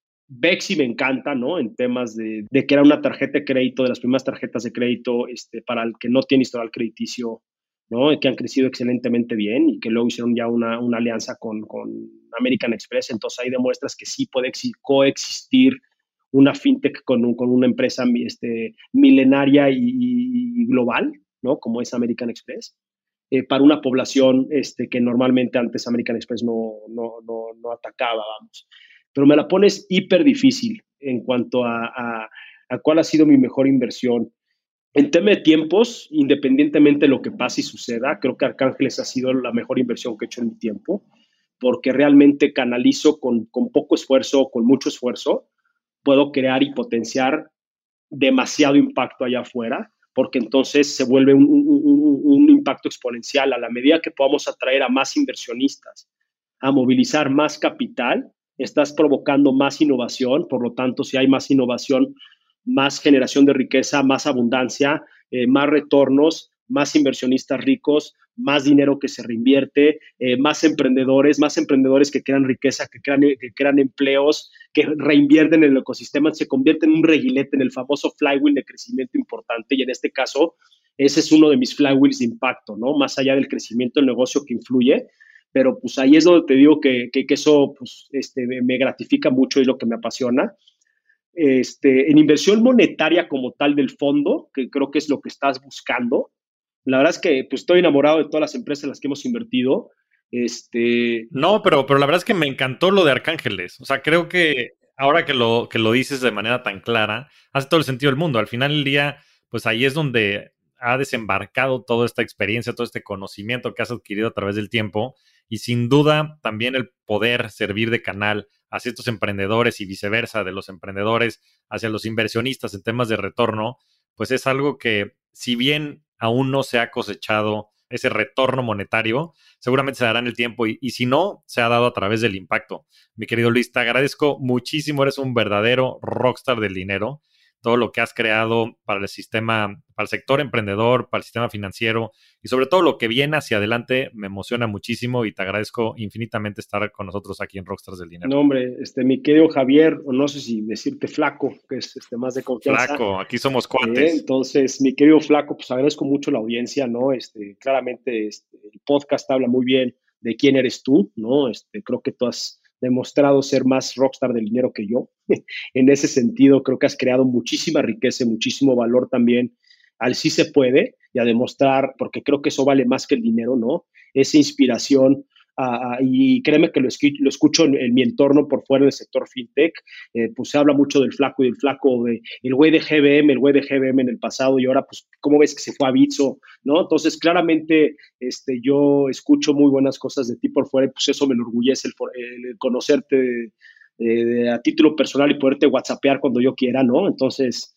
Bexi me encanta, ¿no? En temas de, de, que era una tarjeta de crédito, de las primeras tarjetas de crédito este, para el que no tiene historial crediticio, ¿no? Que han crecido excelentemente bien y que luego hicieron ya una, una alianza con, con American Express. Entonces ahí demuestras que sí puede coexistir una fintech con, un, con una empresa este, milenaria y, y, global, ¿no? Como es American Express, eh, para una población este, que normalmente antes American Express no, no, no, no atacaba, vamos. Pero me la pones hiper difícil en cuanto a, a, a cuál ha sido mi mejor inversión. En tema de tiempos, independientemente de lo que pase y suceda, creo que Arcángeles ha sido la mejor inversión que he hecho en mi tiempo, porque realmente canalizo con, con poco esfuerzo, con mucho esfuerzo, puedo crear y potenciar demasiado impacto allá afuera, porque entonces se vuelve un, un, un impacto exponencial a la medida que podamos atraer a más inversionistas, a movilizar más capital, estás provocando más innovación, por lo tanto, si hay más innovación, más generación de riqueza, más abundancia, eh, más retornos, más inversionistas ricos, más dinero que se reinvierte, eh, más emprendedores, más emprendedores que crean riqueza, que crean, que crean empleos, que reinvierten en el ecosistema, se convierte en un reguilete, en el famoso flywheel de crecimiento importante, y en este caso, ese es uno de mis flywheels de impacto, ¿no? Más allá del crecimiento del negocio que influye, pero pues ahí es donde te digo que, que, que eso pues, este, me gratifica mucho y es lo que me apasiona. Este, en inversión monetaria como tal del fondo, que creo que es lo que estás buscando, la verdad es que pues, estoy enamorado de todas las empresas en las que hemos invertido. Este... No, pero, pero la verdad es que me encantó lo de Arcángeles. O sea, creo que ahora que lo, que lo dices de manera tan clara, hace todo el sentido del mundo. Al final del día, pues ahí es donde ha desembarcado toda esta experiencia, todo este conocimiento que has adquirido a través del tiempo y sin duda también el poder servir de canal hacia estos emprendedores y viceversa, de los emprendedores hacia los inversionistas en temas de retorno, pues es algo que si bien aún no se ha cosechado ese retorno monetario, seguramente se dará en el tiempo y, y si no, se ha dado a través del impacto. Mi querido Luis, te agradezco muchísimo, eres un verdadero rockstar del dinero. Todo lo que has creado para el sistema, para el sector emprendedor, para el sistema financiero y sobre todo lo que viene hacia adelante me emociona muchísimo y te agradezco infinitamente estar con nosotros aquí en Rockstars del Dinero. No, hombre, este, mi querido Javier, o no sé si decirte Flaco, que es este, más de confianza. Flaco, aquí somos cuates. Eh, entonces, mi querido Flaco, pues agradezco mucho la audiencia, ¿no? Este, claramente este, el podcast habla muy bien de quién eres tú, ¿no? Este, creo que tú has demostrado ser más rockstar del dinero que yo. En ese sentido, creo que has creado muchísima riqueza, muchísimo valor también al sí se puede y a demostrar, porque creo que eso vale más que el dinero, ¿no? Esa inspiración. Uh, y créeme que lo, escu lo escucho en, en, mi entorno por fuera del sector fintech, eh, pues se habla mucho del flaco y del flaco, de, el güey de G B M, el güey de G B M en el pasado y ahora pues cómo ves que se fue a Bitso, ¿no? Entonces claramente este, yo escucho muy buenas cosas de ti por fuera y pues eso me enorgullece el, el conocerte eh, a título personal y poderte whatsappear cuando yo quiera, ¿no? Entonces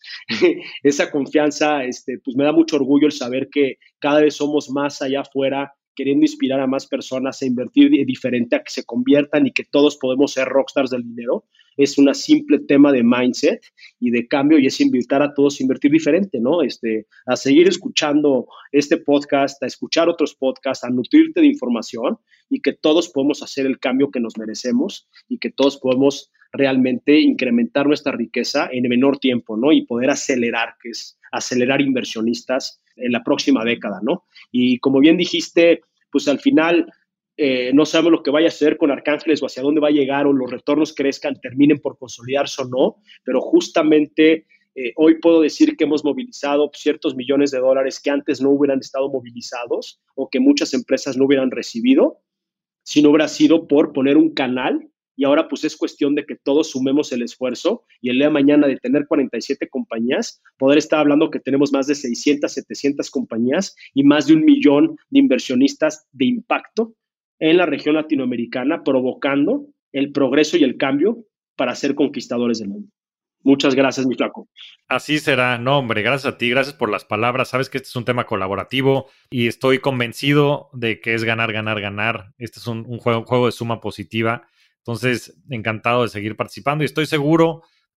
esa confianza este, pues me da mucho orgullo el saber que cada vez somos más allá afuera queriendo inspirar a más personas a invertir diferente, a que se conviertan y que todos podemos ser rockstars del dinero. Es un simple tema de mindset y de cambio y es invitar a todos a invertir diferente, ¿no? Este, a seguir escuchando este podcast, a escuchar otros podcasts, a nutrirte de información y que todos podemos hacer el cambio que nos merecemos y que todos podemos realmente incrementar nuestra riqueza en el menor tiempo, ¿no? Y poder acelerar, que es acelerar inversionistas en la próxima década, ¿no? Y como bien dijiste, pues al final eh, no sabemos lo que vaya a hacer con Arcángeles o hacia dónde va a llegar o los retornos crezcan, terminen por consolidarse o no, pero justamente eh, hoy puedo decir que hemos movilizado ciertos millones de dólares que antes no hubieran estado movilizados o que muchas empresas no hubieran recibido si no hubiera sido por poner un canal. Y ahora pues es cuestión de que todos sumemos el esfuerzo y el día de mañana de tener cuarenta y siete compañías, poder estar hablando que tenemos más de seiscientas, setecientas compañías y más de un millón de inversionistas de impacto en la región latinoamericana, provocando el progreso y el cambio para ser conquistadores del mundo. Muchas gracias, mi flaco. Así será. No, hombre, gracias a ti, gracias por las palabras. Sabes que este es un tema colaborativo y estoy convencido de que es ganar, ganar, ganar. Este es un, un, juego, un juego de suma positiva. Entonces, encantado de seguir participando y estoy seguro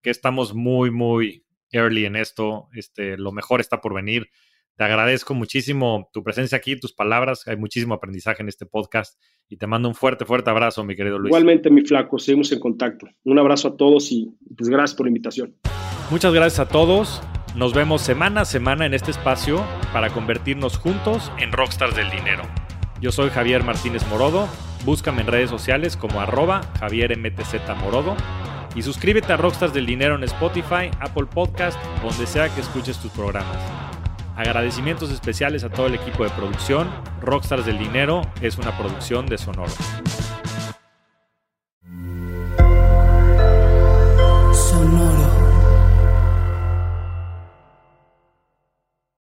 que estamos muy, muy early en esto. Este, lo mejor está por venir. Te agradezco muchísimo tu presencia aquí, tus palabras. Hay muchísimo aprendizaje en este podcast y te mando un fuerte, fuerte abrazo, mi querido Luis. Igualmente, mi flaco, seguimos en contacto. Un abrazo a todos y pues gracias por la invitación. Muchas gracias a todos. Nos vemos semana a semana en este espacio para convertirnos juntos en rockstars del dinero. Yo soy Javier Martínez Morodo. Búscame en redes sociales como arroba Javier M T Z Morodo. Y suscríbete a Rockstars del Dinero en Spotify, Apple Podcast, donde sea que escuches tus programas. Agradecimientos especiales a todo el equipo de producción. Rockstars del Dinero es una producción de Sonoro.